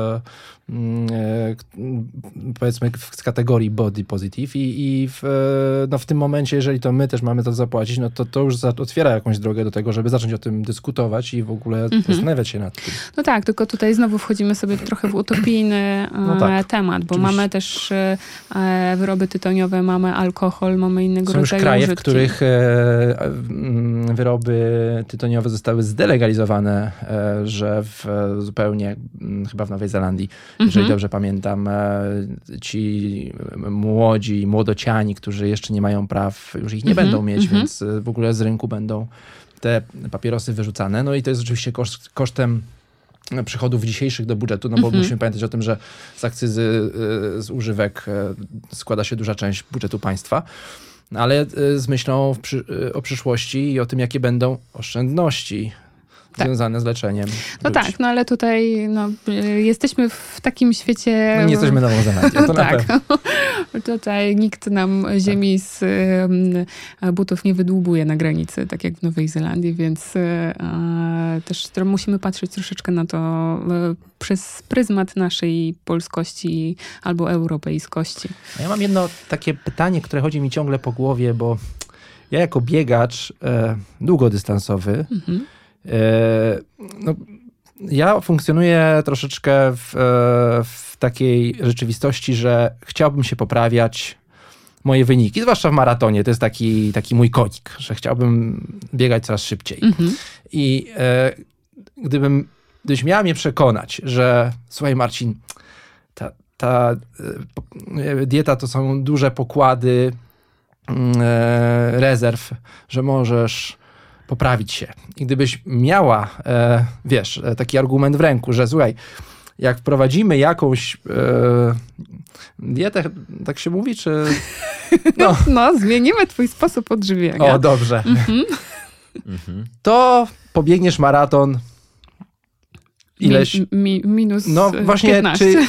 powiedzmy z kategorii body positive i w tym momencie, jeżeli to my też mamy to zapłacić, no to już otwiera jakąś drogę do tego, żeby zacząć o tym dyskutować i w ogóle zastanawiać się nad tym. No tak, tylko tutaj znowu wchodzimy sobie trochę w utopijny temat, bo oczywiście. Mamy też wyroby tytoniowe, mamy alkohol, mamy innego Są już rodzaju kraje, użytki. w których wyroby tytoniowe zostały zdelegalizowane, że zupełnie chyba w Nowej Zelandii, jeżeli dobrze pamiętam, ci młodociani, którzy jeszcze nie mają praw, już ich nie będą mieć, więc w ogóle z rynku będą te papierosy wyrzucane. No i to jest oczywiście kosztem przychodów dzisiejszych do budżetu, no bo musimy pamiętać o tym, że z akcyzy z używek składa się duża część budżetu państwa, ale z myślą o przyszłości i o tym, jakie będą oszczędności związane z leczeniem. No tak, no ale tutaj jesteśmy w takim świecie... No nie jesteśmy Nową Zelandią, to na pewno. Tutaj nikt nam ziemi z butów nie wydłubuje na granicy, tak jak w Nowej Zelandii, więc też musimy patrzeć troszeczkę na to przez pryzmat naszej polskości albo europejskości. Ja mam jedno takie pytanie, które chodzi mi ciągle po głowie, bo ja jako biegacz długodystansowy ja funkcjonuję troszeczkę w takiej rzeczywistości, że chciałbym się poprawiać moje wyniki, zwłaszcza w maratonie. To jest taki mój konik, że chciałbym biegać coraz szybciej. I gdybyś miała mnie przekonać, że słuchaj Marcin, ta dieta to są duże pokłady rezerw, że możesz poprawić się. I gdybyś miała, taki argument w ręku, że słuchaj, jak wprowadzimy jakąś dietę, tak się mówi, czy... No, zmienimy twój sposób odżywiania. O, dobrze. To pobiegniesz maraton ileś... minus no właśnie, 15.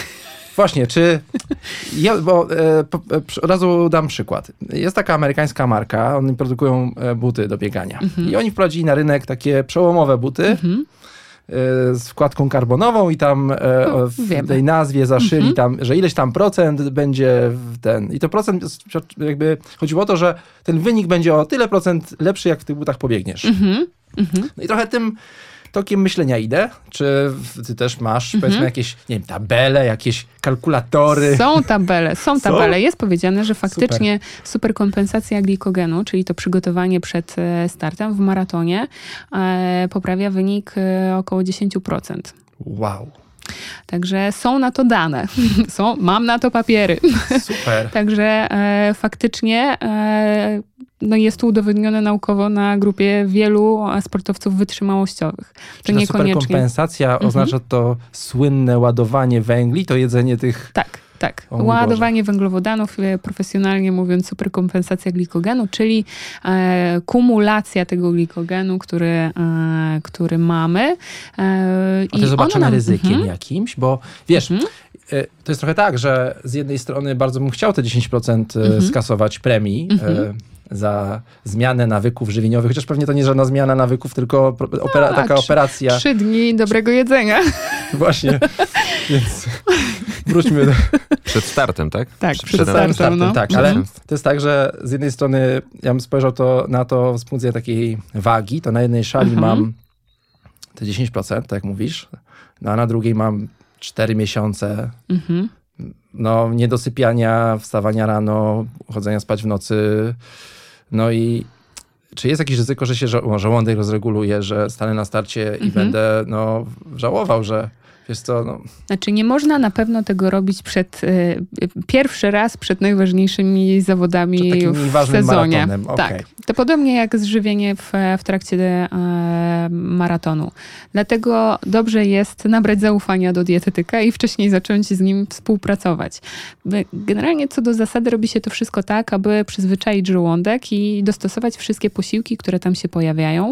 od razu dam przykład. Jest taka amerykańska marka, oni produkują buty do biegania. I oni wprowadzili na rynek takie przełomowe buty z wkładką karbonową i tam w tej nazwie zaszyli tam, że ileś tam procent będzie i to procent jakby chodziło o to, że ten wynik będzie o tyle procent lepszy, jak w tych butach pobiegniesz. No i trochę tym tokiem myślenia idę. Czy ty też masz, powiedzmy, jakieś, nie wiem, tabele, jakieś kalkulatory? Są tabele. Jest powiedziane, że faktycznie superkompensacja glikogenu, czyli to przygotowanie przed startem w maratonie, poprawia wynik około 10%. Wow. Także są na to dane. Mam na to papiery. Super. Także faktycznie jest to udowodnione naukowo na grupie wielu sportowców wytrzymałościowych. Czy ta superkompensacja oznacza to słynne ładowanie węgli, to jedzenie tych... Tak. Ładowanie węglowodanów, profesjonalnie mówiąc superkompensacja glikogenu, czyli kumulacja tego glikogenu, który mamy. A to jest zobaczone ryzykiem jakimś, bo wiesz, to jest trochę tak, że z jednej strony bardzo bym chciał te 10% skasować premii, za zmianę nawyków żywieniowych, chociaż pewnie to nie żadna zmiana nawyków, tylko taka operacja. 3 dni dobrego jedzenia. Właśnie, więc wróćmy do... Przed startem, tak? Tak, przed startem, tak. Ale to jest tak, że z jednej strony ja bym spojrzał na to z punktu takiej wagi, to na jednej szali mam te 10%, tak jak mówisz, a na drugiej mam 4 miesiące niedosypiania, wstawania rano, chodzenia spać w nocy. No i czy jest jakieś ryzyko, że się żołądek rozreguluje, że stanę na starcie i będę żałował, że wiesz co, Znaczy nie można na pewno tego robić pierwszy raz przed najważniejszymi zawodami w sezonie. Okay. Tak. To podobnie jak zżywienie w trakcie maratonu. Dlatego dobrze jest nabrać zaufania do dietetyka i wcześniej zacząć z nim współpracować. Generalnie co do zasady robi się to wszystko tak, aby przyzwyczaić żołądek i dostosować wszystkie posiłki, które tam się pojawiają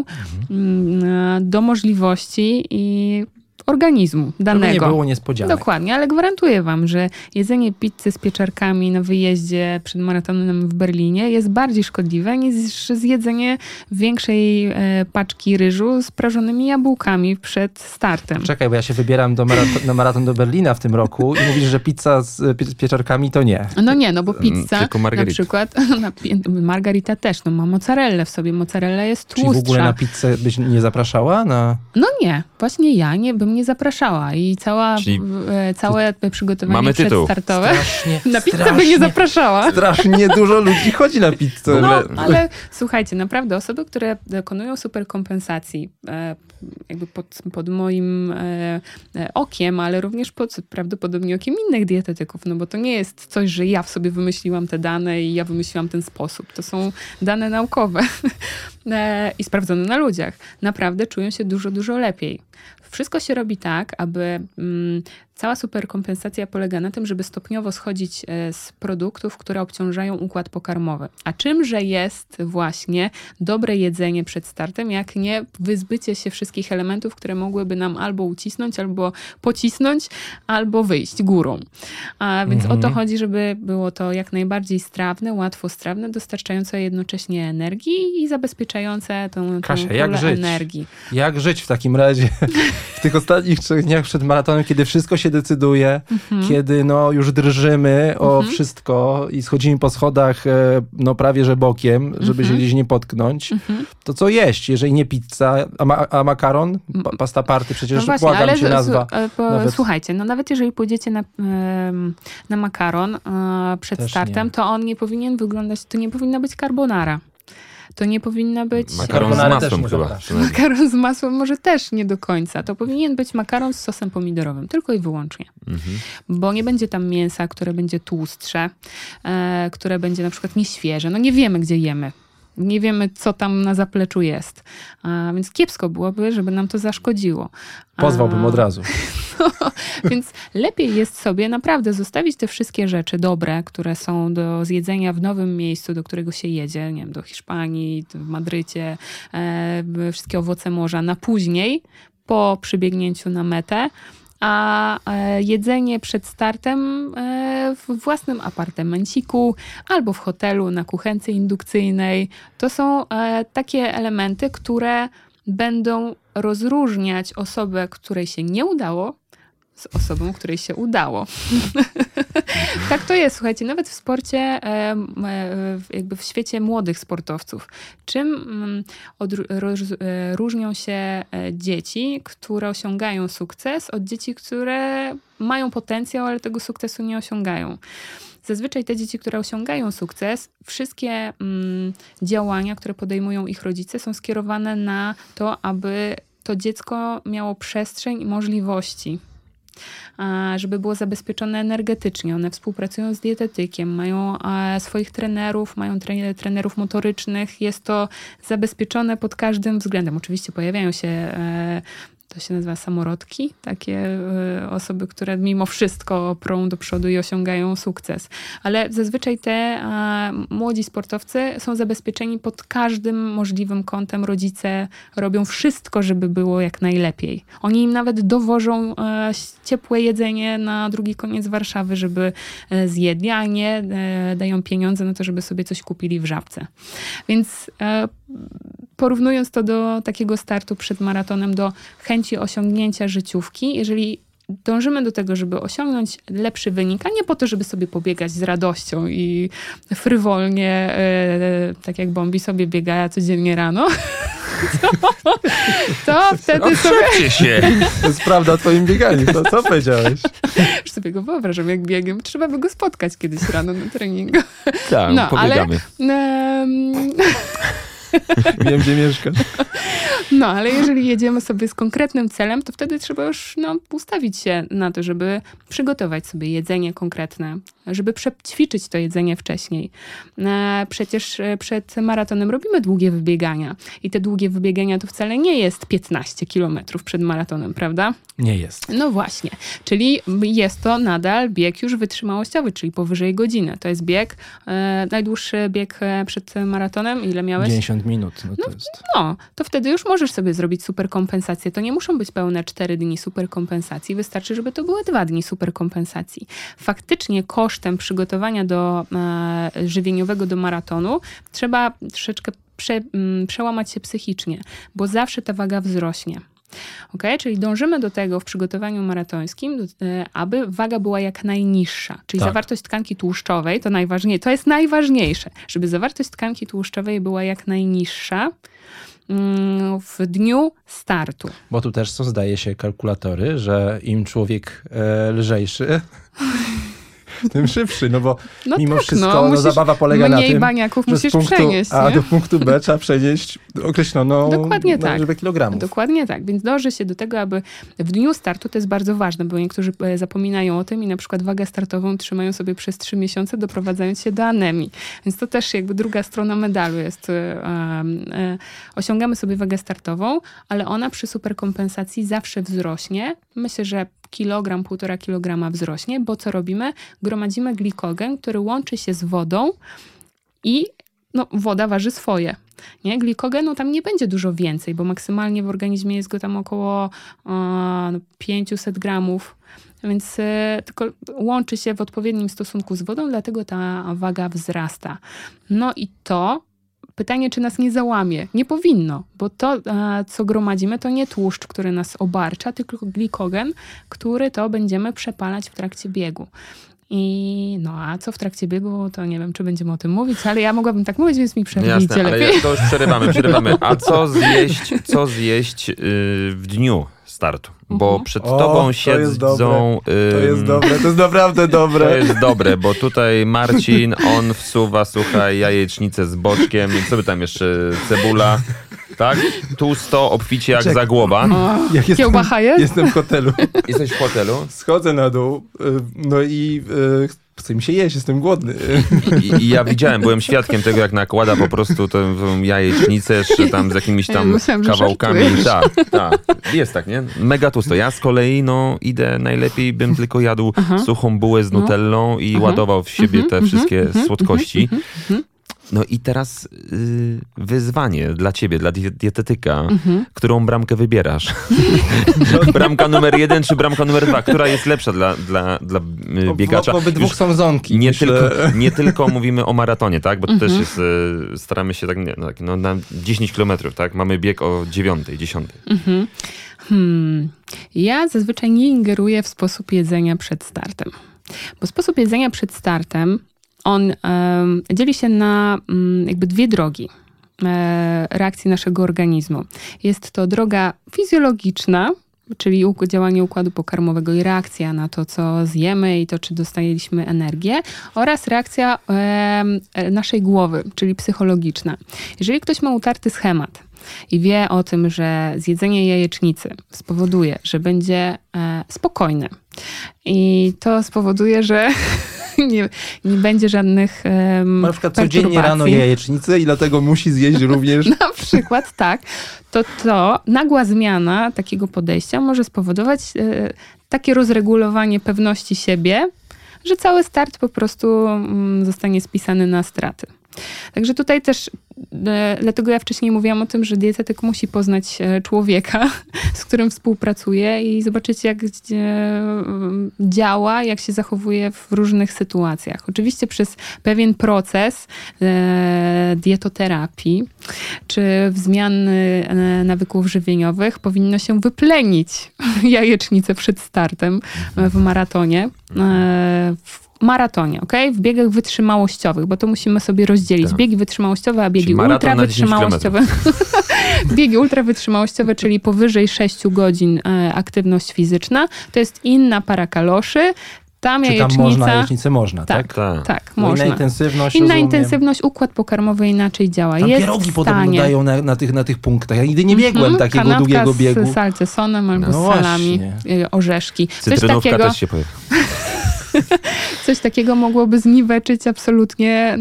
do możliwości i organizmu danego. Żeby nie było niespodzianek. Dokładnie, ale gwarantuję wam, że jedzenie pizzy z pieczarkami na wyjeździe przed maratonem w Berlinie jest bardziej szkodliwe niż zjedzenie większej paczki ryżu z prażonymi jabłkami przed startem. Czekaj, bo ja się wybieram na maraton do Berlina w tym roku i mówisz, że pizza z pieczarkami to nie. No nie, no bo pizza tylko na przykład, margarita też, ma mozzarellę w sobie, mozzarella jest tłustsza. Czyli w ogóle na pizzę byś nie zapraszała? No nie, właśnie ja bym nie zapraszała i całe przygotowanie przedstartowe na pizzę by nie zapraszała. Strasznie dużo ludzi chodzi na pizzę. No, ale słuchajcie, naprawdę osoby, które dokonują superkompensacji jakby pod moim okiem, ale również prawdopodobnie okiem innych dietetyków, no bo to nie jest coś, że ja w sobie wymyśliłam te dane i ja wymyśliłam ten sposób. To są dane naukowe i sprawdzone na ludziach. Naprawdę czują się dużo, dużo lepiej. Wszystko się robi tak, aby cała superkompensacja polega na tym, żeby stopniowo schodzić z produktów, które obciążają układ pokarmowy. A czymże jest właśnie dobre jedzenie przed startem, jak nie wyzbycie się wszystkich elementów, które mogłyby nam albo ucisnąć, albo pocisnąć, albo wyjść górą. A więc o to chodzi, żeby było to jak najbardziej strawne, łatwostrawne, dostarczające jednocześnie energii i zabezpieczające tą pulę energii. Jak żyć w takim razie w tych ostatnich 3 dniach przed maratonem, kiedy wszystko się decyduje, kiedy już drżymy o wszystko i schodzimy po schodach prawie że bokiem, żeby się gdzieś nie potknąć, to co jeść, jeżeli nie pizza, a makaron? Pasta party, przecież właśnie, błagam ale cię nazwa. Słuchajcie, nawet jeżeli pójdziecie na makaron przed startem, to on nie powinien wyglądać, to nie powinna być carbonara. To nie powinna być... Makaron z masłem chyba. Makaron z masłem może też nie do końca. To powinien być makaron z sosem pomidorowym. Tylko i wyłącznie. Bo nie będzie tam mięsa, które będzie tłustsze, które będzie na przykład nieświeże. No nie wiemy, gdzie jemy. Nie wiemy, co tam na zapleczu jest. Więc kiepsko byłoby, żeby nam to zaszkodziło. Pozwałbym od razu. Więc lepiej jest sobie naprawdę zostawić te wszystkie rzeczy dobre, które są do zjedzenia w nowym miejscu, do którego się jedzie, nie wiem, do Hiszpanii, w Madrycie, wszystkie owoce morza na później, po przybiegnięciu na metę, a jedzenie przed startem w własnym apartamenciku albo w hotelu na kuchence indukcyjnej, to są takie elementy, które będą rozróżniać osobę, której się nie udało, z osobą, której się udało. Tak to jest, słuchajcie, nawet w sporcie, jakby w świecie młodych sportowców. Czym różnią się dzieci, które osiągają sukces, od dzieci, które mają potencjał, ale tego sukcesu nie osiągają? Zazwyczaj te dzieci, które osiągają sukces, wszystkie działania, które podejmują ich rodzice, są skierowane na to, aby to dziecko miało przestrzeń i możliwości, żeby było zabezpieczone energetycznie. One współpracują z dietetykiem, mają swoich trenerów, mają trenerów motorycznych. Jest to zabezpieczone pod każdym względem. Oczywiście pojawiają się, to się nazywa samorodki, takie osoby, które mimo wszystko prą do przodu i osiągają sukces. Ale zazwyczaj te młodzi sportowcy są zabezpieczeni pod każdym możliwym kątem. Rodzice robią wszystko, żeby było jak najlepiej. Oni im nawet dowożą ciepłe jedzenie na drugi koniec Warszawy, żeby zjedli, a nie dają pieniądze na to, żeby sobie coś kupili w Żabce. Więc porównując to do takiego startu przed maratonem, do chęci osiągnięcia życiówki, jeżeli dążymy do tego, żeby osiągnąć lepszy wynik, a nie po to, żeby sobie pobiegać z radością i frywolnie, tak jak Bombi sobie biega codziennie rano, to wtedy sobie... się! To jest prawda o twoim bieganiu. To co powiedziałeś? Już sobie go wyobrażam, jak biegiem. Trzeba by go spotkać kiedyś rano na treningu. Tak, pobiegamy. Wiem, gdzie mieszkasz. No, ale jeżeli jedziemy sobie z konkretnym celem, to wtedy trzeba już ustawić się na to, żeby przygotować sobie jedzenie konkretne, żeby przećwiczyć to jedzenie wcześniej. Przecież przed maratonem robimy długie wybiegania i te długie wybiegania to wcale nie jest 15 kilometrów przed maratonem, prawda? Nie jest. No właśnie, czyli jest to nadal bieg już wytrzymałościowy, czyli powyżej godziny. To jest bieg, najdłuższy bieg przed maratonem. Ile miałeś? 50 minut. To jest. No, to wtedy już możesz sobie zrobić superkompensację. To nie muszą być pełne 4 dni superkompensacji. Wystarczy, żeby to były 2 dni superkompensacji. Faktycznie kosztem przygotowania do żywieniowego do maratonu trzeba troszeczkę przełamać się psychicznie, bo zawsze ta waga wzrośnie. Okay? Czyli dążymy do tego w przygotowaniu maratońskim, aby waga była jak najniższa. Czyli zawartość tkanki tłuszczowej, to jest najważniejsze, żeby zawartość tkanki tłuszczowej była jak najniższa w dniu startu. Bo tu też są, zdaje się, kalkulatory, że im człowiek lżejszy, tym szybszy, no bo mimo wszystko zabawa polega na tym, mniej baniaków musisz przenieść. A do punktu B trzeba przenieść określoną liczbę kilogramów. Dokładnie tak, więc dąży się do tego, aby w dniu startu, to jest bardzo ważne, bo niektórzy zapominają o tym i na przykład wagę startową trzymają sobie przez 3 miesiące, doprowadzając się do anemii. Więc to też jakby druga strona medalu jest, osiągamy sobie wagę startową, ale ona przy superkompensacji zawsze wzrośnie. Myślę, że 1,5 kilograma wzrośnie, bo co robimy? Gromadzimy glikogen, który łączy się z wodą i woda waży swoje. Nie? Glikogenu tam nie będzie dużo więcej, bo maksymalnie w organizmie jest go tam około 500 gramów, więc tylko łączy się w odpowiednim stosunku z wodą, dlatego ta waga wzrasta. No i to pytanie, czy nas nie załamie. Nie powinno, bo to, co gromadzimy, to nie tłuszcz, który nas obarcza, tylko glikogen, który to będziemy przepalać w trakcie biegu. A co w trakcie biegu, to nie wiem, czy będziemy o tym mówić, ale ja mogłabym tak mówić, więc mi przerwijcie lepiej. Jasne, ale to już przerywamy. A co zjeść w dniu startu? Bo przed tobą siedzą... To jest dobre, to jest naprawdę dobre. To jest dobre, bo tutaj Marcin, on wsuwa, słuchaj, jajecznicę z boczkiem, co by tam jeszcze, cebula, tak? Tłusto, obficie jak zagłoba. Kiełbacha jest? Jestem w hotelu. Jesteś w hotelu? Schodzę na dół, i chce mi się jeść, jestem głodny. I ja widziałem, byłem świadkiem tego, jak nakłada po prostu tę jajecznicę jeszcze tam z jakimiś tam kawałkami. Tak. Jest tak, nie? Mega tłusto. Ja z kolei idę, najlepiej bym tylko jadł suchą bułę z nutellą i ładował w siebie te wszystkie słodkości. No i teraz wyzwanie dla ciebie, dla dietetyka, którą bramkę wybierasz? Bramka numer 1 czy bramka numer 2? Która jest lepsza dla biegacza? Obydwu są zonki. Nie tylko mówimy o maratonie, tak? Bo to też jest, staramy się na 10 kilometrów, tak? Mamy bieg o 9, 10. Ja zazwyczaj nie ingeruję w sposób jedzenia przed startem. Bo sposób jedzenia przed startem on dzieli się na jakby 2 drogi reakcji naszego organizmu. Jest to droga fizjologiczna, czyli działanie układu pokarmowego i reakcja na to, co zjemy i to, czy dostaliśmy energię, oraz reakcja naszej głowy, czyli psychologiczna. Jeżeli ktoś ma utarty schemat i wie o tym, że zjedzenie jajecznicy spowoduje, że będzie spokojny i to spowoduje, że nie będzie żadnych na przykład codziennie rano jajecznicę i dlatego musi zjeść również... Na przykład tak. To nagła zmiana takiego podejścia może spowodować takie rozregulowanie pewności siebie, że cały start po prostu zostanie spisany na straty. Także tutaj też, dlatego ja wcześniej mówiłam o tym, że dietetyk musi poznać człowieka, z którym współpracuje i zobaczyć, jak działa, jak się zachowuje w różnych sytuacjach. Oczywiście przez pewien proces dietoterapii czy zmiany nawyków żywieniowych powinno się wyplenić jajecznicę przed startem w maratonie. W biegach wytrzymałościowych, bo to musimy sobie rozdzielić. Tak. Biegi wytrzymałościowe, a biegi ultrawytrzymałościowe. Biegi ultrawytrzymałościowe, czyli powyżej 6 godzin aktywność fizyczna, to jest inna para kaloszy. Tam Czy tam jajecznica... można, jajecznicę można, tak? Tak, Bo można. Inna intensywność, Inna rozumiem. intensywność, układ pokarmowy inaczej działa. Tam jest pierogi w podobno stanie. dają na tych punktach. Ja nigdy nie biegłem takiego Kanapka długiego biegu. z salcesonem albo No z salami, orzeszki. Cytrynówka też się pojawi. Coś takiego mogłoby zniweczyć absolutnie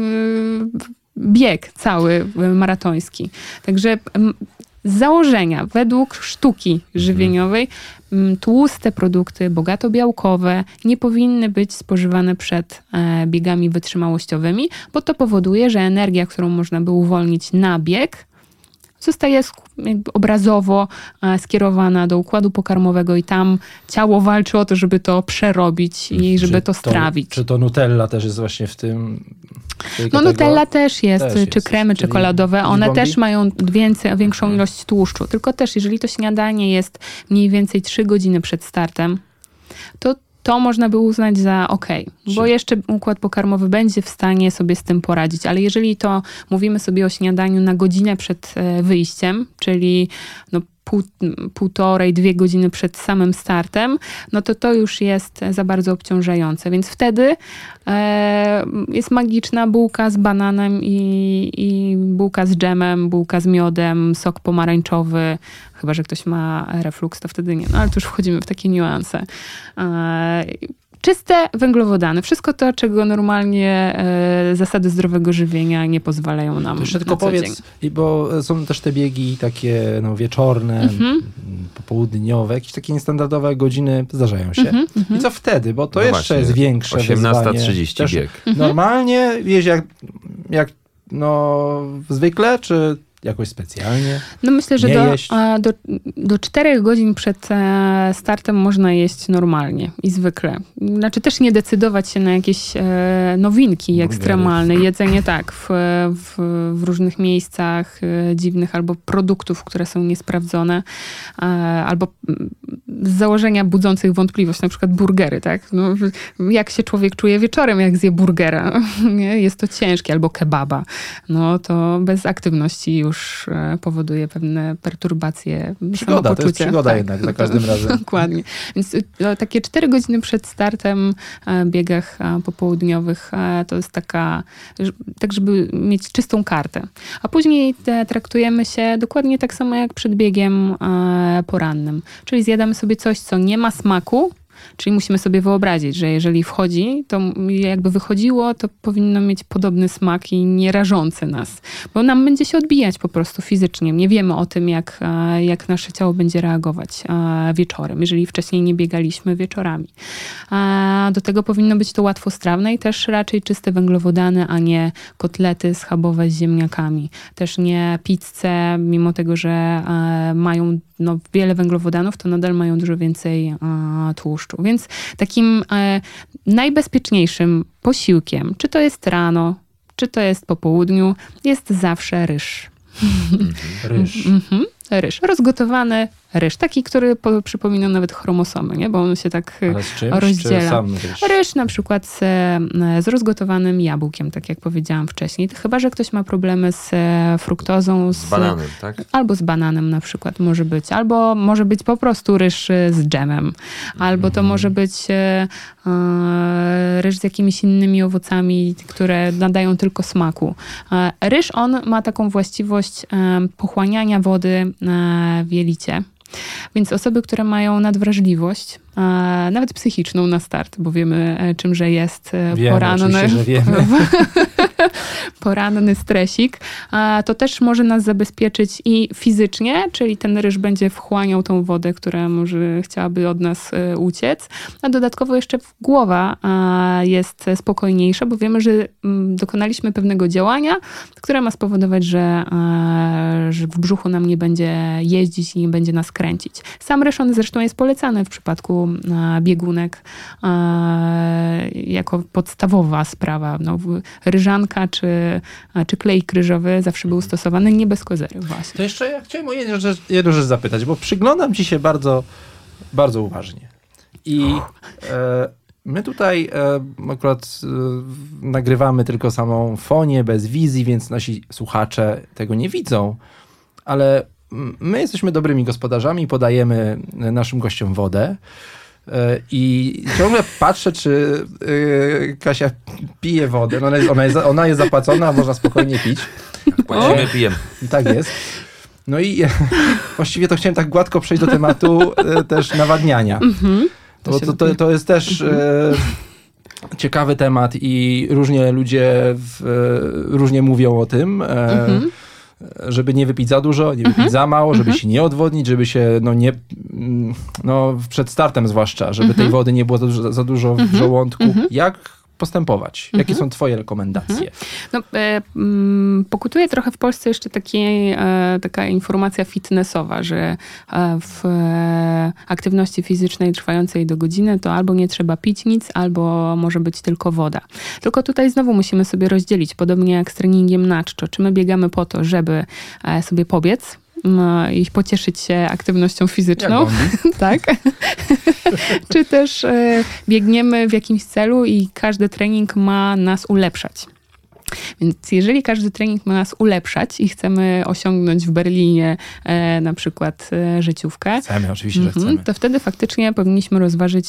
bieg cały maratoński. Także z założenia, według sztuki żywieniowej, tłuste produkty, bogato białkowe, nie powinny być spożywane przed biegami wytrzymałościowymi, bo to powoduje, że energia, którą można by uwolnić na bieg, zostaje jakby obrazowo skierowana do układu pokarmowego i tam ciało walczy o to, żeby to przerobić i żeby to strawić. Czy to Nutella też jest właśnie w tym... No Nutella też jest, czy kremy czyli czekoladowe, one bombi? też mają większą ilość tłuszczu. Tylko też, jeżeli to śniadanie jest mniej więcej 3 godziny przed startem, to można by uznać za okej, bo jeszcze układ pokarmowy będzie w stanie sobie z tym poradzić, ale jeżeli to mówimy sobie o śniadaniu na godzinę przed wyjściem, czyli półtorej, 2 godziny przed samym startem, no to już jest za bardzo obciążające. Więc wtedy jest magiczna bułka z bananem i bułka z dżemem, bułka z miodem, sok pomarańczowy. Chyba że ktoś ma refluks, to wtedy nie. No ale tu już wchodzimy w takie niuanse. Czyste węglowodany. Wszystko to, czego normalnie zasady zdrowego żywienia nie pozwalają nam. To jeszcze tylko powiedz, bo są też te biegi takie wieczorne, popołudniowe, jakieś takie niestandardowe godziny zdarzają się. I co wtedy? Bo to jeszcze właśnie, jest większe 18:30 bieg. Normalnie jeździ jak zwykle, czy jakoś specjalnie? No myślę, że do 4 godzin przed startem można jeść normalnie i zwykle. Znaczy też nie decydować się na jakieś nowinki ekstremalne. Jedzenie w różnych miejscach dziwnych albo produktów, które są niesprawdzone, albo z założenia budzących wątpliwość, na przykład burgery, tak? No, jak się człowiek czuje wieczorem, jak zje burgera? Nie? Jest to ciężkie, albo kebaba. No to bez aktywności już powoduje pewne perturbacje samopoczucia. To jest przygoda jednak za każdym razem. Dokładnie. Więc takie 4 godziny przed startem biegach popołudniowych to jest tak, żeby mieć czystą kartę. A później traktujemy się dokładnie tak samo jak przed biegiem porannym. Czyli zjadamy sobie coś, co nie ma smaku, czyli musimy sobie wyobrazić, że jeżeli wchodzi, to jakby wychodziło, to powinno mieć podobny smak i nie rażący nas. Bo nam będzie się odbijać po prostu fizycznie. Nie wiemy o tym, jak nasze ciało będzie reagować wieczorem, jeżeli wcześniej nie biegaliśmy wieczorami. Do tego powinno być to łatwostrawne i też raczej czyste węglowodany, a nie kotlety schabowe z ziemniakami. Też nie pizze, mimo tego, że mają wiele węglowodanów, to nadal mają dużo więcej tłuszczu. Więc takim najbezpieczniejszym posiłkiem, czy to jest rano, czy to jest po południu, jest zawsze ryż. Ryż. Ryż. Rozgotowany ryż. Taki, który przypomina nawet chromosomy, nie? Bo on się tak rozdziela. Czy sam ryż? Ryż na przykład z rozgotowanym jabłkiem, tak jak powiedziałam wcześniej. Chyba że ktoś ma problemy z fruktozą. Z bananem, tak? Albo z bananem na przykład może być. Albo może być po prostu ryż z dżemem. Albo to może być ryż z jakimiś innymi owocami, które nadają tylko smaku. Ryż, on ma taką właściwość pochłaniania wody w jelicie. Więc osoby, które mają nadwrażliwość, nawet psychiczną na start, bo wiemy, czymże jest poranny stresik, to też może nas zabezpieczyć i fizycznie, czyli ten ryż będzie wchłaniał tą wodę, która może chciałaby od nas uciec, a dodatkowo jeszcze głowa jest spokojniejsza, bo wiemy, że dokonaliśmy pewnego działania, które ma spowodować, że w brzuchu nam nie będzie jeździć i nie będzie nas kręcić. Sam ryż, on zresztą jest polecany w przypadku biegunek jako podstawowa sprawa. Ryżanka czy klejk ryżowy zawsze był stosowany, nie bez kozery właśnie. To jeszcze ja chciałem o jedną rzecz zapytać, bo przyglądam ci się bardzo, bardzo uważnie. I my tutaj akurat nagrywamy tylko samą fonię, bez wizji, więc nasi słuchacze tego nie widzą, ale my jesteśmy dobrymi gospodarzami, podajemy naszym gościom wodę. I ciągle patrzę, czy Kasia pije wodę. No ona jest zapłacona, można spokojnie pić. Płacimy, pijemy. Tak jest. No i właściwie to chciałem tak gładko przejść do tematu też nawadniania. To jest też ciekawy temat i różnie ludzie różnie mówią o tym. Żeby nie wypić za dużo, nie wypić za mało, żeby się nie odwodnić, żeby się przed startem zwłaszcza, żeby tej wody nie było za dużo w żołądku. Jak postępować? Jakie są twoje rekomendacje? Pokutuje trochę w Polsce jeszcze taka informacja fitnessowa, że w aktywności fizycznej trwającej do godziny to albo nie trzeba pić nic, albo może być tylko woda. Tylko tutaj znowu musimy sobie rozdzielić, podobnie jak z treningiem na czczo. Czy my biegamy po to, żeby sobie pobiec, i pocieszyć się aktywnością fizyczną, tak? Czy też biegniemy w jakimś celu i każdy trening ma nas ulepszać. Więc jeżeli każdy trening ma nas ulepszać i chcemy osiągnąć w Berlinie na przykład życiówkę, oczywiście, że chcemy. To wtedy faktycznie powinniśmy rozważyć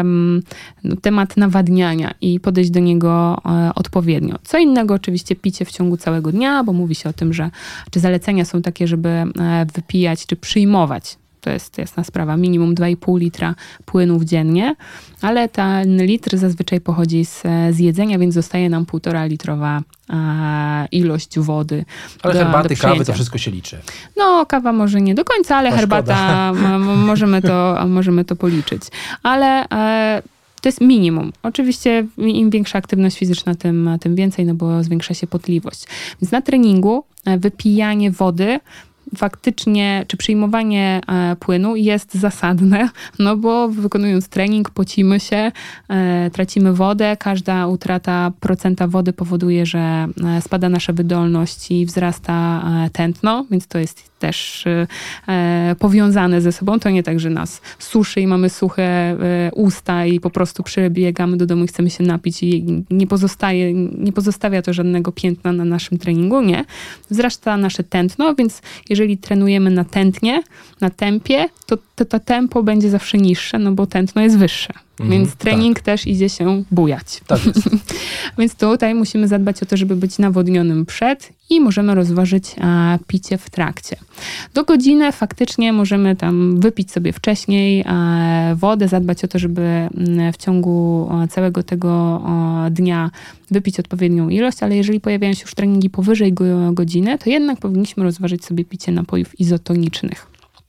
temat nawadniania i podejść do niego odpowiednio. Co innego oczywiście picie w ciągu całego dnia, bo mówi się o tym, czy zalecenia są takie, żeby wypijać czy przyjmować. To jest jasna sprawa, minimum 2,5 litra płynów dziennie, ale ten litr zazwyczaj pochodzi z jedzenia, więc zostaje nam 1,5 litrowa ilość wody. Ale herbaty, kawy, to wszystko się liczy. No, kawa może nie do końca, ale herbata możemy to policzyć. Ale to jest minimum. Oczywiście im większa aktywność fizyczna, tym więcej, no bo zwiększa się potliwość. Więc na treningu wypijanie wody faktycznie, czy przyjmowanie płynu jest zasadne, no bo wykonując trening pocimy się, tracimy wodę, każda utrata procenta wody powoduje, że spada nasza wydolność i wzrasta tętno, więc to jest też powiązane ze sobą. To nie tak, że nas suszy i mamy suche usta i po prostu przybiegamy do domu i chcemy się napić i nie pozostawia to żadnego piętna na naszym treningu, nie. Wzrasta nasze tętno, więc jeżeli trenujemy na tętnie, na tempie, to tempo będzie zawsze niższe, no bo tętno jest wyższe. Więc trening też idzie się bujać. Tak jest. Więc tutaj musimy zadbać o to, żeby być nawodnionym przed i możemy rozważyć picie w trakcie. Do godziny faktycznie możemy tam wypić sobie wcześniej wodę, zadbać o to, żeby w ciągu całego tego dnia wypić odpowiednią ilość, ale jeżeli pojawiają się już treningi powyżej godziny, to jednak powinniśmy rozważyć sobie picie napojów izotonicznych.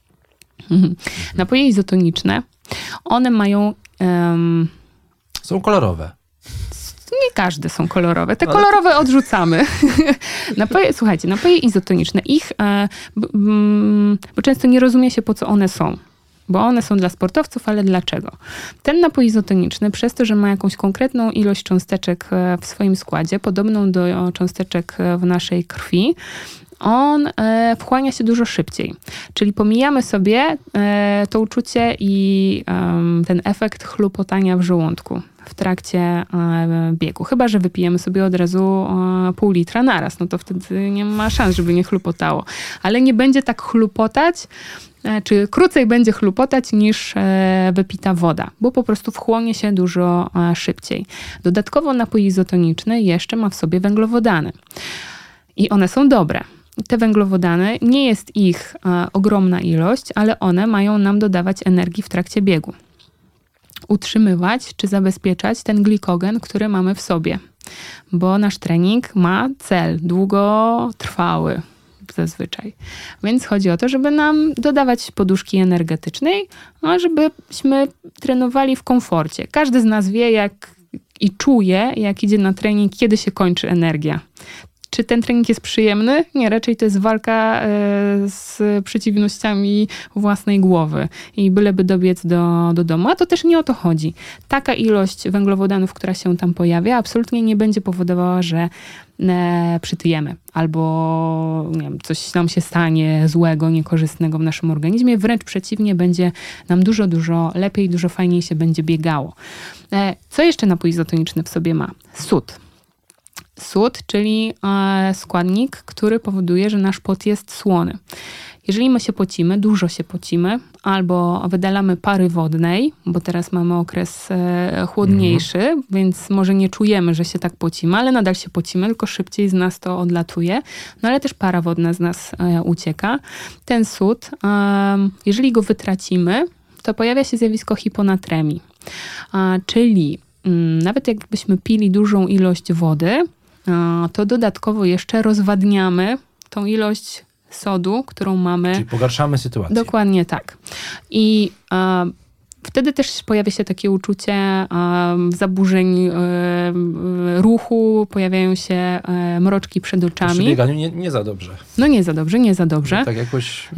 Napoje izotoniczne, one mają... Są kolorowe. Nie każde są kolorowe. Te kolorowe odrzucamy. Słuchajcie, napoje izotoniczne, bo często nie rozumie się, po co one są. Bo one są dla sportowców, ale dlaczego? Ten napój izotoniczny, przez to, że ma jakąś konkretną ilość cząsteczek w swoim składzie, podobną do cząsteczek w naszej krwi, on wchłania się dużo szybciej. Czyli pomijamy sobie to uczucie i ten efekt chlupotania w żołądku w trakcie biegu. Chyba że wypijemy sobie od razu pół litra naraz, no to wtedy nie ma szans, żeby nie chlupotało. Ale nie będzie tak chlupotać, czy krócej będzie chlupotać niż wypita woda, bo po prostu wchłonie się dużo szybciej. Dodatkowo napój izotoniczny jeszcze ma w sobie węglowodany. I one są dobre. Te węglowodany, nie jest ich ogromna ilość, ale one mają nam dodawać energii w trakcie biegu. Utrzymywać czy zabezpieczać ten glikogen, który mamy w sobie. Bo nasz trening ma cel długotrwały zazwyczaj. Więc chodzi o to, żeby nam dodawać poduszki energetycznej, żebyśmy trenowali w komforcie. Każdy z nas wie i czuje, jak idzie na trening, kiedy się kończy energia. Czy ten trening jest przyjemny? Nie, raczej to jest walka z przeciwnościami własnej głowy i byleby dobiec do domu. A to też nie o to chodzi. Taka ilość węglowodanów, która się tam pojawia, absolutnie nie będzie powodowała, że przytyjemy albo nie wiem, coś nam się stanie złego, niekorzystnego w naszym organizmie. Wręcz przeciwnie, będzie nam dużo, dużo lepiej, dużo fajniej się będzie biegało. Co jeszcze napój izotoniczny w sobie ma? Sód. Sód, czyli składnik, który powoduje, że nasz pot jest słony. Jeżeli my się pocimy, dużo się pocimy, albo wydalamy pary wodnej, bo teraz mamy okres chłodniejszy, więc może nie czujemy, że się tak pocimy, ale nadal się pocimy, tylko szybciej z nas to odlatuje. No ale też para wodna z nas ucieka. Ten sód, jeżeli go wytracimy, to pojawia się zjawisko hiponatremii. Czyli nawet jakbyśmy pili dużą ilość wody, to dodatkowo jeszcze rozwadniamy tą ilość sodu, którą mamy. Czyli pogarszamy sytuację. Dokładnie tak. I wtedy też pojawia się takie uczucie zaburzeń ruchu, pojawiają się mroczki przed oczami. Przy bieganiu nie za dobrze. No nie za dobrze, nie za dobrze. Tak jakoś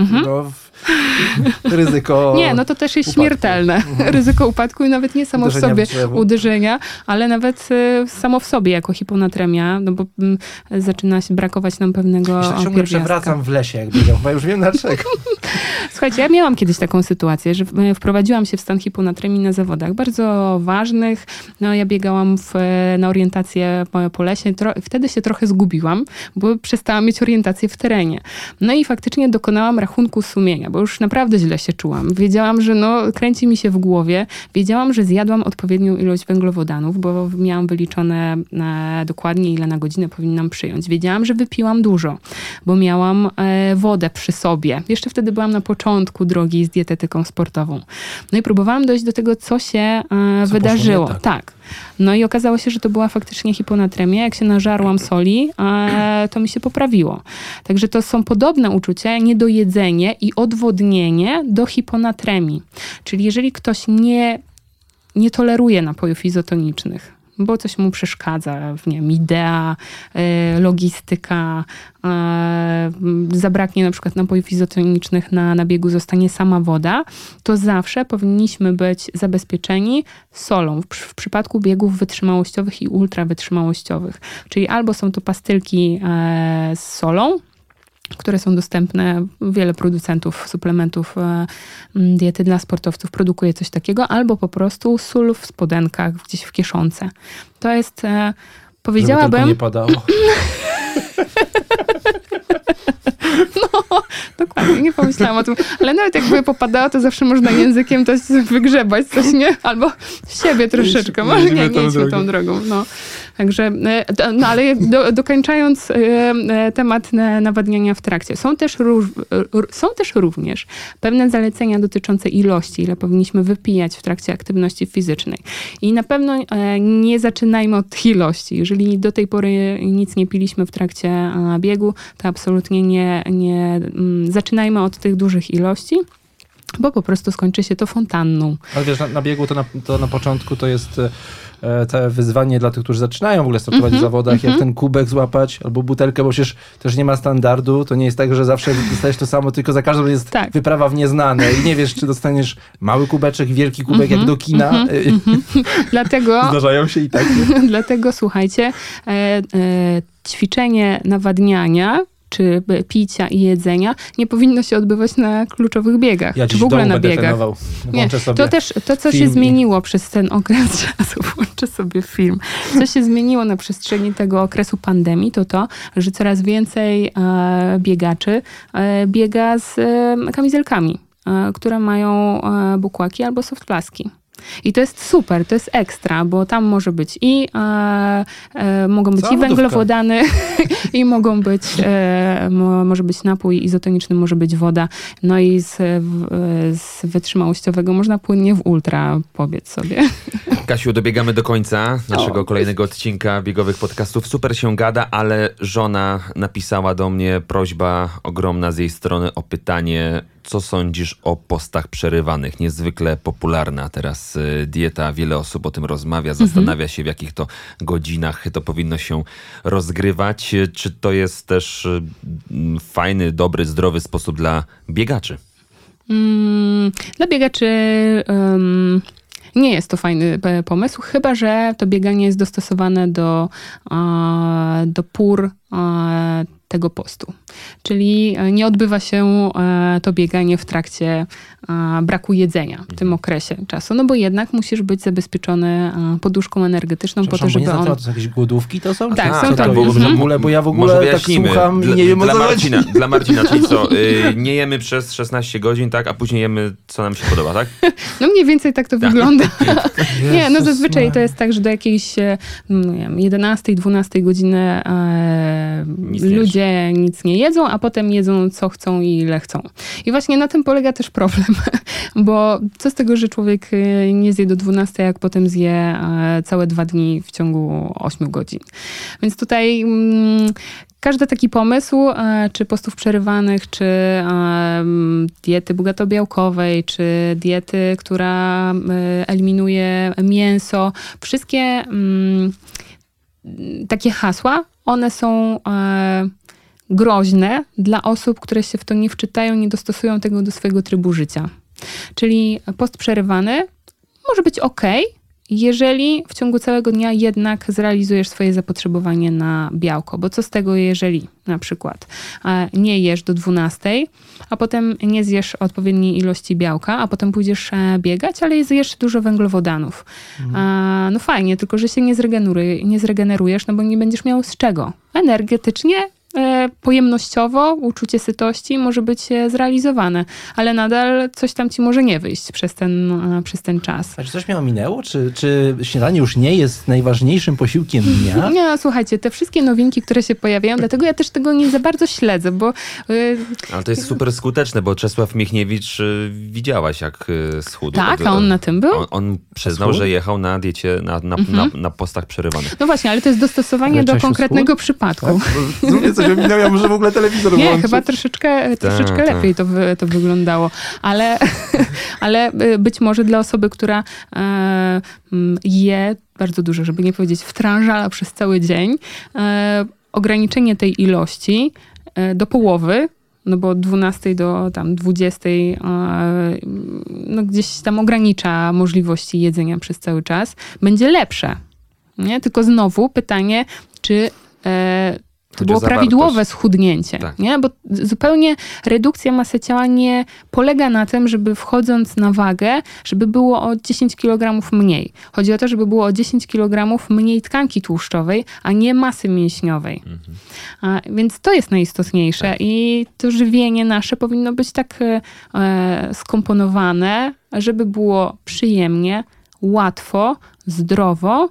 ryzyko Nie, no to też jest upadku. Śmiertelne. Ryzyko upadku i nawet nie samo Uderzenia w sobie w drzewo. uderzenia, ale nawet samo w sobie jako hiponatremia, no bo zaczyna się brakować nam pewnego Ja się ciągle pierwiastka. przewracam w lesie, jak biegam. Chyba już wiem dlaczego. Słuchajcie, ja miałam kiedyś taką sytuację, że wprowadziłam się w stan hiponatremii na zawodach bardzo ważnych. No ja biegałam na orientację po lesie. Wtedy się trochę zgubiłam, bo przestałam mieć orientację w terenie. No i faktycznie dokonałam rachunku sumienia, bo już naprawdę źle się czułam. Wiedziałam, że kręci mi się w głowie. Wiedziałam, że zjadłam odpowiednią ilość węglowodanów, bo miałam wyliczone dokładnie, ile na godzinę powinnam przyjąć. Wiedziałam, że wypiłam dużo, bo miałam wodę przy sobie. Jeszcze wtedy byłam na początku drogi z dietetyką sportową. No i próbowałam dojść do tego, co się wydarzyło. poszło nie tak. No i okazało się, że to była faktycznie hiponatremia. Jak się nażarłam soli, to mi się poprawiło. Także to są podobne uczucia, niedojedzenie i odwodnienie do hiponatremii. Czyli jeżeli ktoś nie toleruje napojów izotonicznych, bo coś mu przeszkadza, nie wiem, idea, logistyka, zabraknie na przykład napojów izotonicznych, na biegu zostanie sama woda, to zawsze powinniśmy być zabezpieczeni solą w przypadku biegów wytrzymałościowych i ultrawytrzymałościowych. Czyli albo są to pastylki z solą, które są dostępne, wiele producentów suplementów diety dla sportowców produkuje coś takiego, albo po prostu sól w spodenkach, gdzieś w kieszonce. To jest, powiedziałabym... Żeby tylko nie padało. No, dokładnie, nie pomyślałam o tym. Ale nawet jakby popadało, to zawsze można językiem coś wygrzebać, coś nie? Albo w siebie troszeczkę. Może nie idźmy tą drogą. No. Także, no ale dokończając temat nawadniania w trakcie. Są też również pewne zalecenia dotyczące ilości, ile powinniśmy wypijać w trakcie aktywności fizycznej. I na pewno nie zaczynajmy od tych ilości. Jeżeli do tej pory nic nie piliśmy w trakcie biegu, to absolutnie nie zaczynajmy od tych dużych ilości, bo po prostu skończy się to fontanną. Ale wiesz, na biegu to na początku to jest całe wyzwanie dla tych, którzy zaczynają w ogóle startować w zawodach, jak ten kubek złapać, albo butelkę, bo przecież też nie ma standardu. To nie jest tak, że zawsze dostajesz to samo, tylko za każdą jest wyprawa w nieznane i nie wiesz, czy dostaniesz mały kubeczek, wielki kubek, jak do kina. Dlatego zdarzają się i tak. Dlatego słuchajcie, ćwiczenie nawadniania czy picia i jedzenia nie powinno się odbywać na kluczowych biegach, ja czy w ogóle na biegach. Nie, to co się zmieniło przez ten okres czasu, włączę sobie film, co się zmieniło na przestrzeni tego okresu pandemii, to, że coraz więcej biegaczy biega z kamizelkami, które mają bukłaki albo softplaski. I to jest super, to jest ekstra, bo tam może być mogą być i węglowodany, i może być napój izotoniczny, może być woda. No i z wytrzymałościowego można płynnie w ultra, powiedz sobie. Kasiu, dobiegamy do końca naszego kolejnego odcinka biegowych podcastów. Super się gada, ale żona napisała do mnie, prośba ogromna z jej strony o pytanie, co sądzisz o postach przerywanych? Niezwykle popularna teraz dieta. Wiele osób o tym rozmawia, zastanawia się, w jakich to godzinach to powinno się rozgrywać. Czy to jest też fajny, dobry, zdrowy sposób dla biegaczy? Dla biegaczy nie jest to fajny pomysł, chyba że to bieganie jest dostosowane do pór tego postu. Czyli nie odbywa się to bieganie w trakcie braku jedzenia w tym okresie czasu, no bo jednak musisz być zabezpieczony poduszką energetyczną po to, żeby nie on... to są jakieś głodówki to są? Tak, Co są to to- jest w ogóle, bo ja w ogóle tak słucham i nie wiem o co chodzi. Dla Marcina, czyli co, nie jemy przez 16 godzin, tak, a później jemy, co nam się podoba, tak? No mniej więcej tak to wygląda. Nie, no Jezus zazwyczaj Maria. to jest tak, że do jakiejś nie wiem, 11, 12 godziny Nic nie ludzie nic nie jedzą, a potem jedzą co chcą i ile chcą. I właśnie na tym polega też problem, bo co z tego, że człowiek nie zje do 12, jak potem zje całe 2 dni w ciągu 8 godzin. Więc tutaj każdy taki pomysł, czy postów przerywanych, czy diety bogatobiałkowej, czy diety, która eliminuje mięso, wszystkie takie hasła, one są groźne dla osób, które się w to nie wczytają, nie dostosują tego do swojego trybu życia. Czyli post przerywany może być okej, jeżeli w ciągu całego dnia jednak zrealizujesz swoje zapotrzebowanie na białko. Bo co z tego, jeżeli na przykład nie jesz do 12, a potem nie zjesz odpowiedniej ilości białka, a potem pójdziesz biegać, ale zjesz dużo węglowodanów. No fajnie, tylko że się nie zregenerujesz, no bo nie będziesz miał z czego. Energetycznie, pojemnościowo uczucie sytości może być zrealizowane, ale nadal coś tam ci może nie wyjść przez ten czas. A czy coś mnie ominęło? Czy śniadanie już nie jest najważniejszym posiłkiem dnia? Nie, no, słuchajcie, te wszystkie nowinki, które się pojawiają, dlatego ja też tego nie za bardzo śledzę, bo... Ale to jest super skuteczne, bo Czesław Michniewicz, widziałaś jak schudł. Tak, a on na tym był? On przyznał, że jechał na diecie, na postach przerywanych. No właśnie, ale to jest dostosowanie Ale do Czesiu konkretnego przypadku. Zupełnie coś ominęło, ja muszę w ogóle telewizor Nie, włączyć. chyba troszeczkę tak. lepiej to wyglądało. Ale być może dla osoby, która je bardzo dużo, żeby nie powiedzieć wtrążala przez cały dzień, ograniczenie tej ilości do połowy, no bo od 12 do tam 20 no gdzieś tam ogranicza możliwości jedzenia przez cały czas, będzie lepsze. Nie? Tylko znowu pytanie, czy to było prawidłowe schudnięcie, tak. nie? Bo zupełnie redukcja masy ciała nie polega na tym, żeby wchodząc na wagę, żeby było o 10 kg mniej. Chodzi o to, żeby było o 10 kg mniej tkanki tłuszczowej, a nie masy mięśniowej. Więc to jest najistotniejsze Tak. i to żywienie nasze powinno być tak skomponowane, żeby było przyjemnie, łatwo, zdrowo,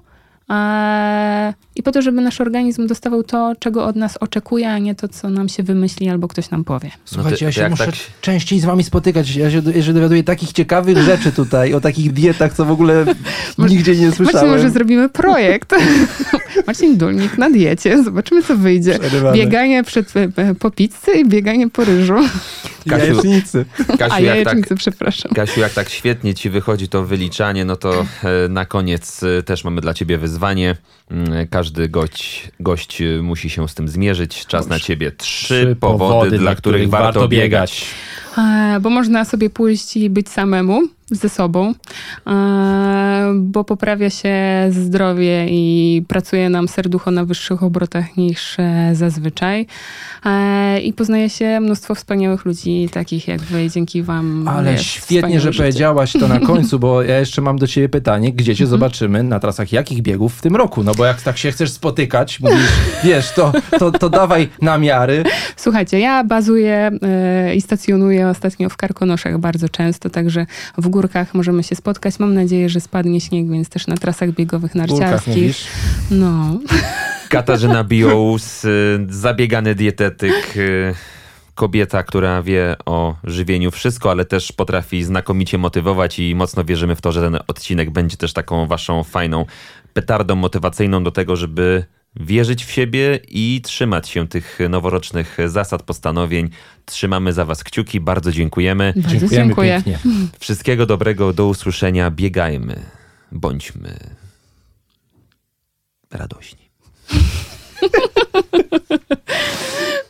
i po to, żeby nasz organizm dostawał to, czego od nas oczekuje, a nie to, co nam się wymyśli albo ktoś nam powie. Słuchajcie, ja się jak muszę tak- częściej z wami spotykać. Ja się dowiaduję takich ciekawych rzeczy tutaj, o takich dietach, co w ogóle nigdzie nie Marcin, słyszałem. może zrobimy projekt. Marcin Dulnik na diecie. Zobaczymy, co wyjdzie. Przerywamy. Bieganie po pizzy i bieganie po ryżu. Jajecznicy. A jajecznicy, przepraszam. Kasiu, jak tak świetnie ci wychodzi to wyliczanie, no to na koniec też mamy dla ciebie wyzwanie. Każdy gość musi się z tym zmierzyć. Czas na ciebie. 3 powody, dla których warto biegać. Bo można sobie pójść i być samemu, ze sobą, bo poprawia się zdrowie i pracuje nam serducho na wyższych obrotach niż zazwyczaj. I poznaje się mnóstwo wspaniałych ludzi, takich jak wy. Dzięki wam. Ale jest świetnie, wspaniałe że życie. powiedziałaś to na końcu, bo ja jeszcze mam do ciebie pytanie, gdzie cię zobaczymy na trasach jakich biegów w tym roku? No bo jak tak się chcesz spotykać, mówisz, wiesz, to dawaj namiary. Słuchajcie, ja bazuję i stacjonuję ostatnio w Karkonoszach bardzo często, także w górkach możemy się spotkać. Mam nadzieję, że spadnie śnieg, więc też na trasach biegowych, W górkach narciarskich. mówisz? No. Katarzyna Bious, zabiegany dietetyk, kobieta, która wie o żywieniu wszystko, ale też potrafi znakomicie motywować i mocno wierzymy w to, że ten odcinek będzie też taką waszą fajną petardą motywacyjną do tego, żeby wierzyć w siebie i trzymać się tych noworocznych zasad, postanowień. Trzymamy za was kciuki, bardzo dziękujemy. Bardzo Dziękujemy dziękuję. pięknie. Wszystkiego dobrego, do usłyszenia, biegajmy, bądźmy radośni.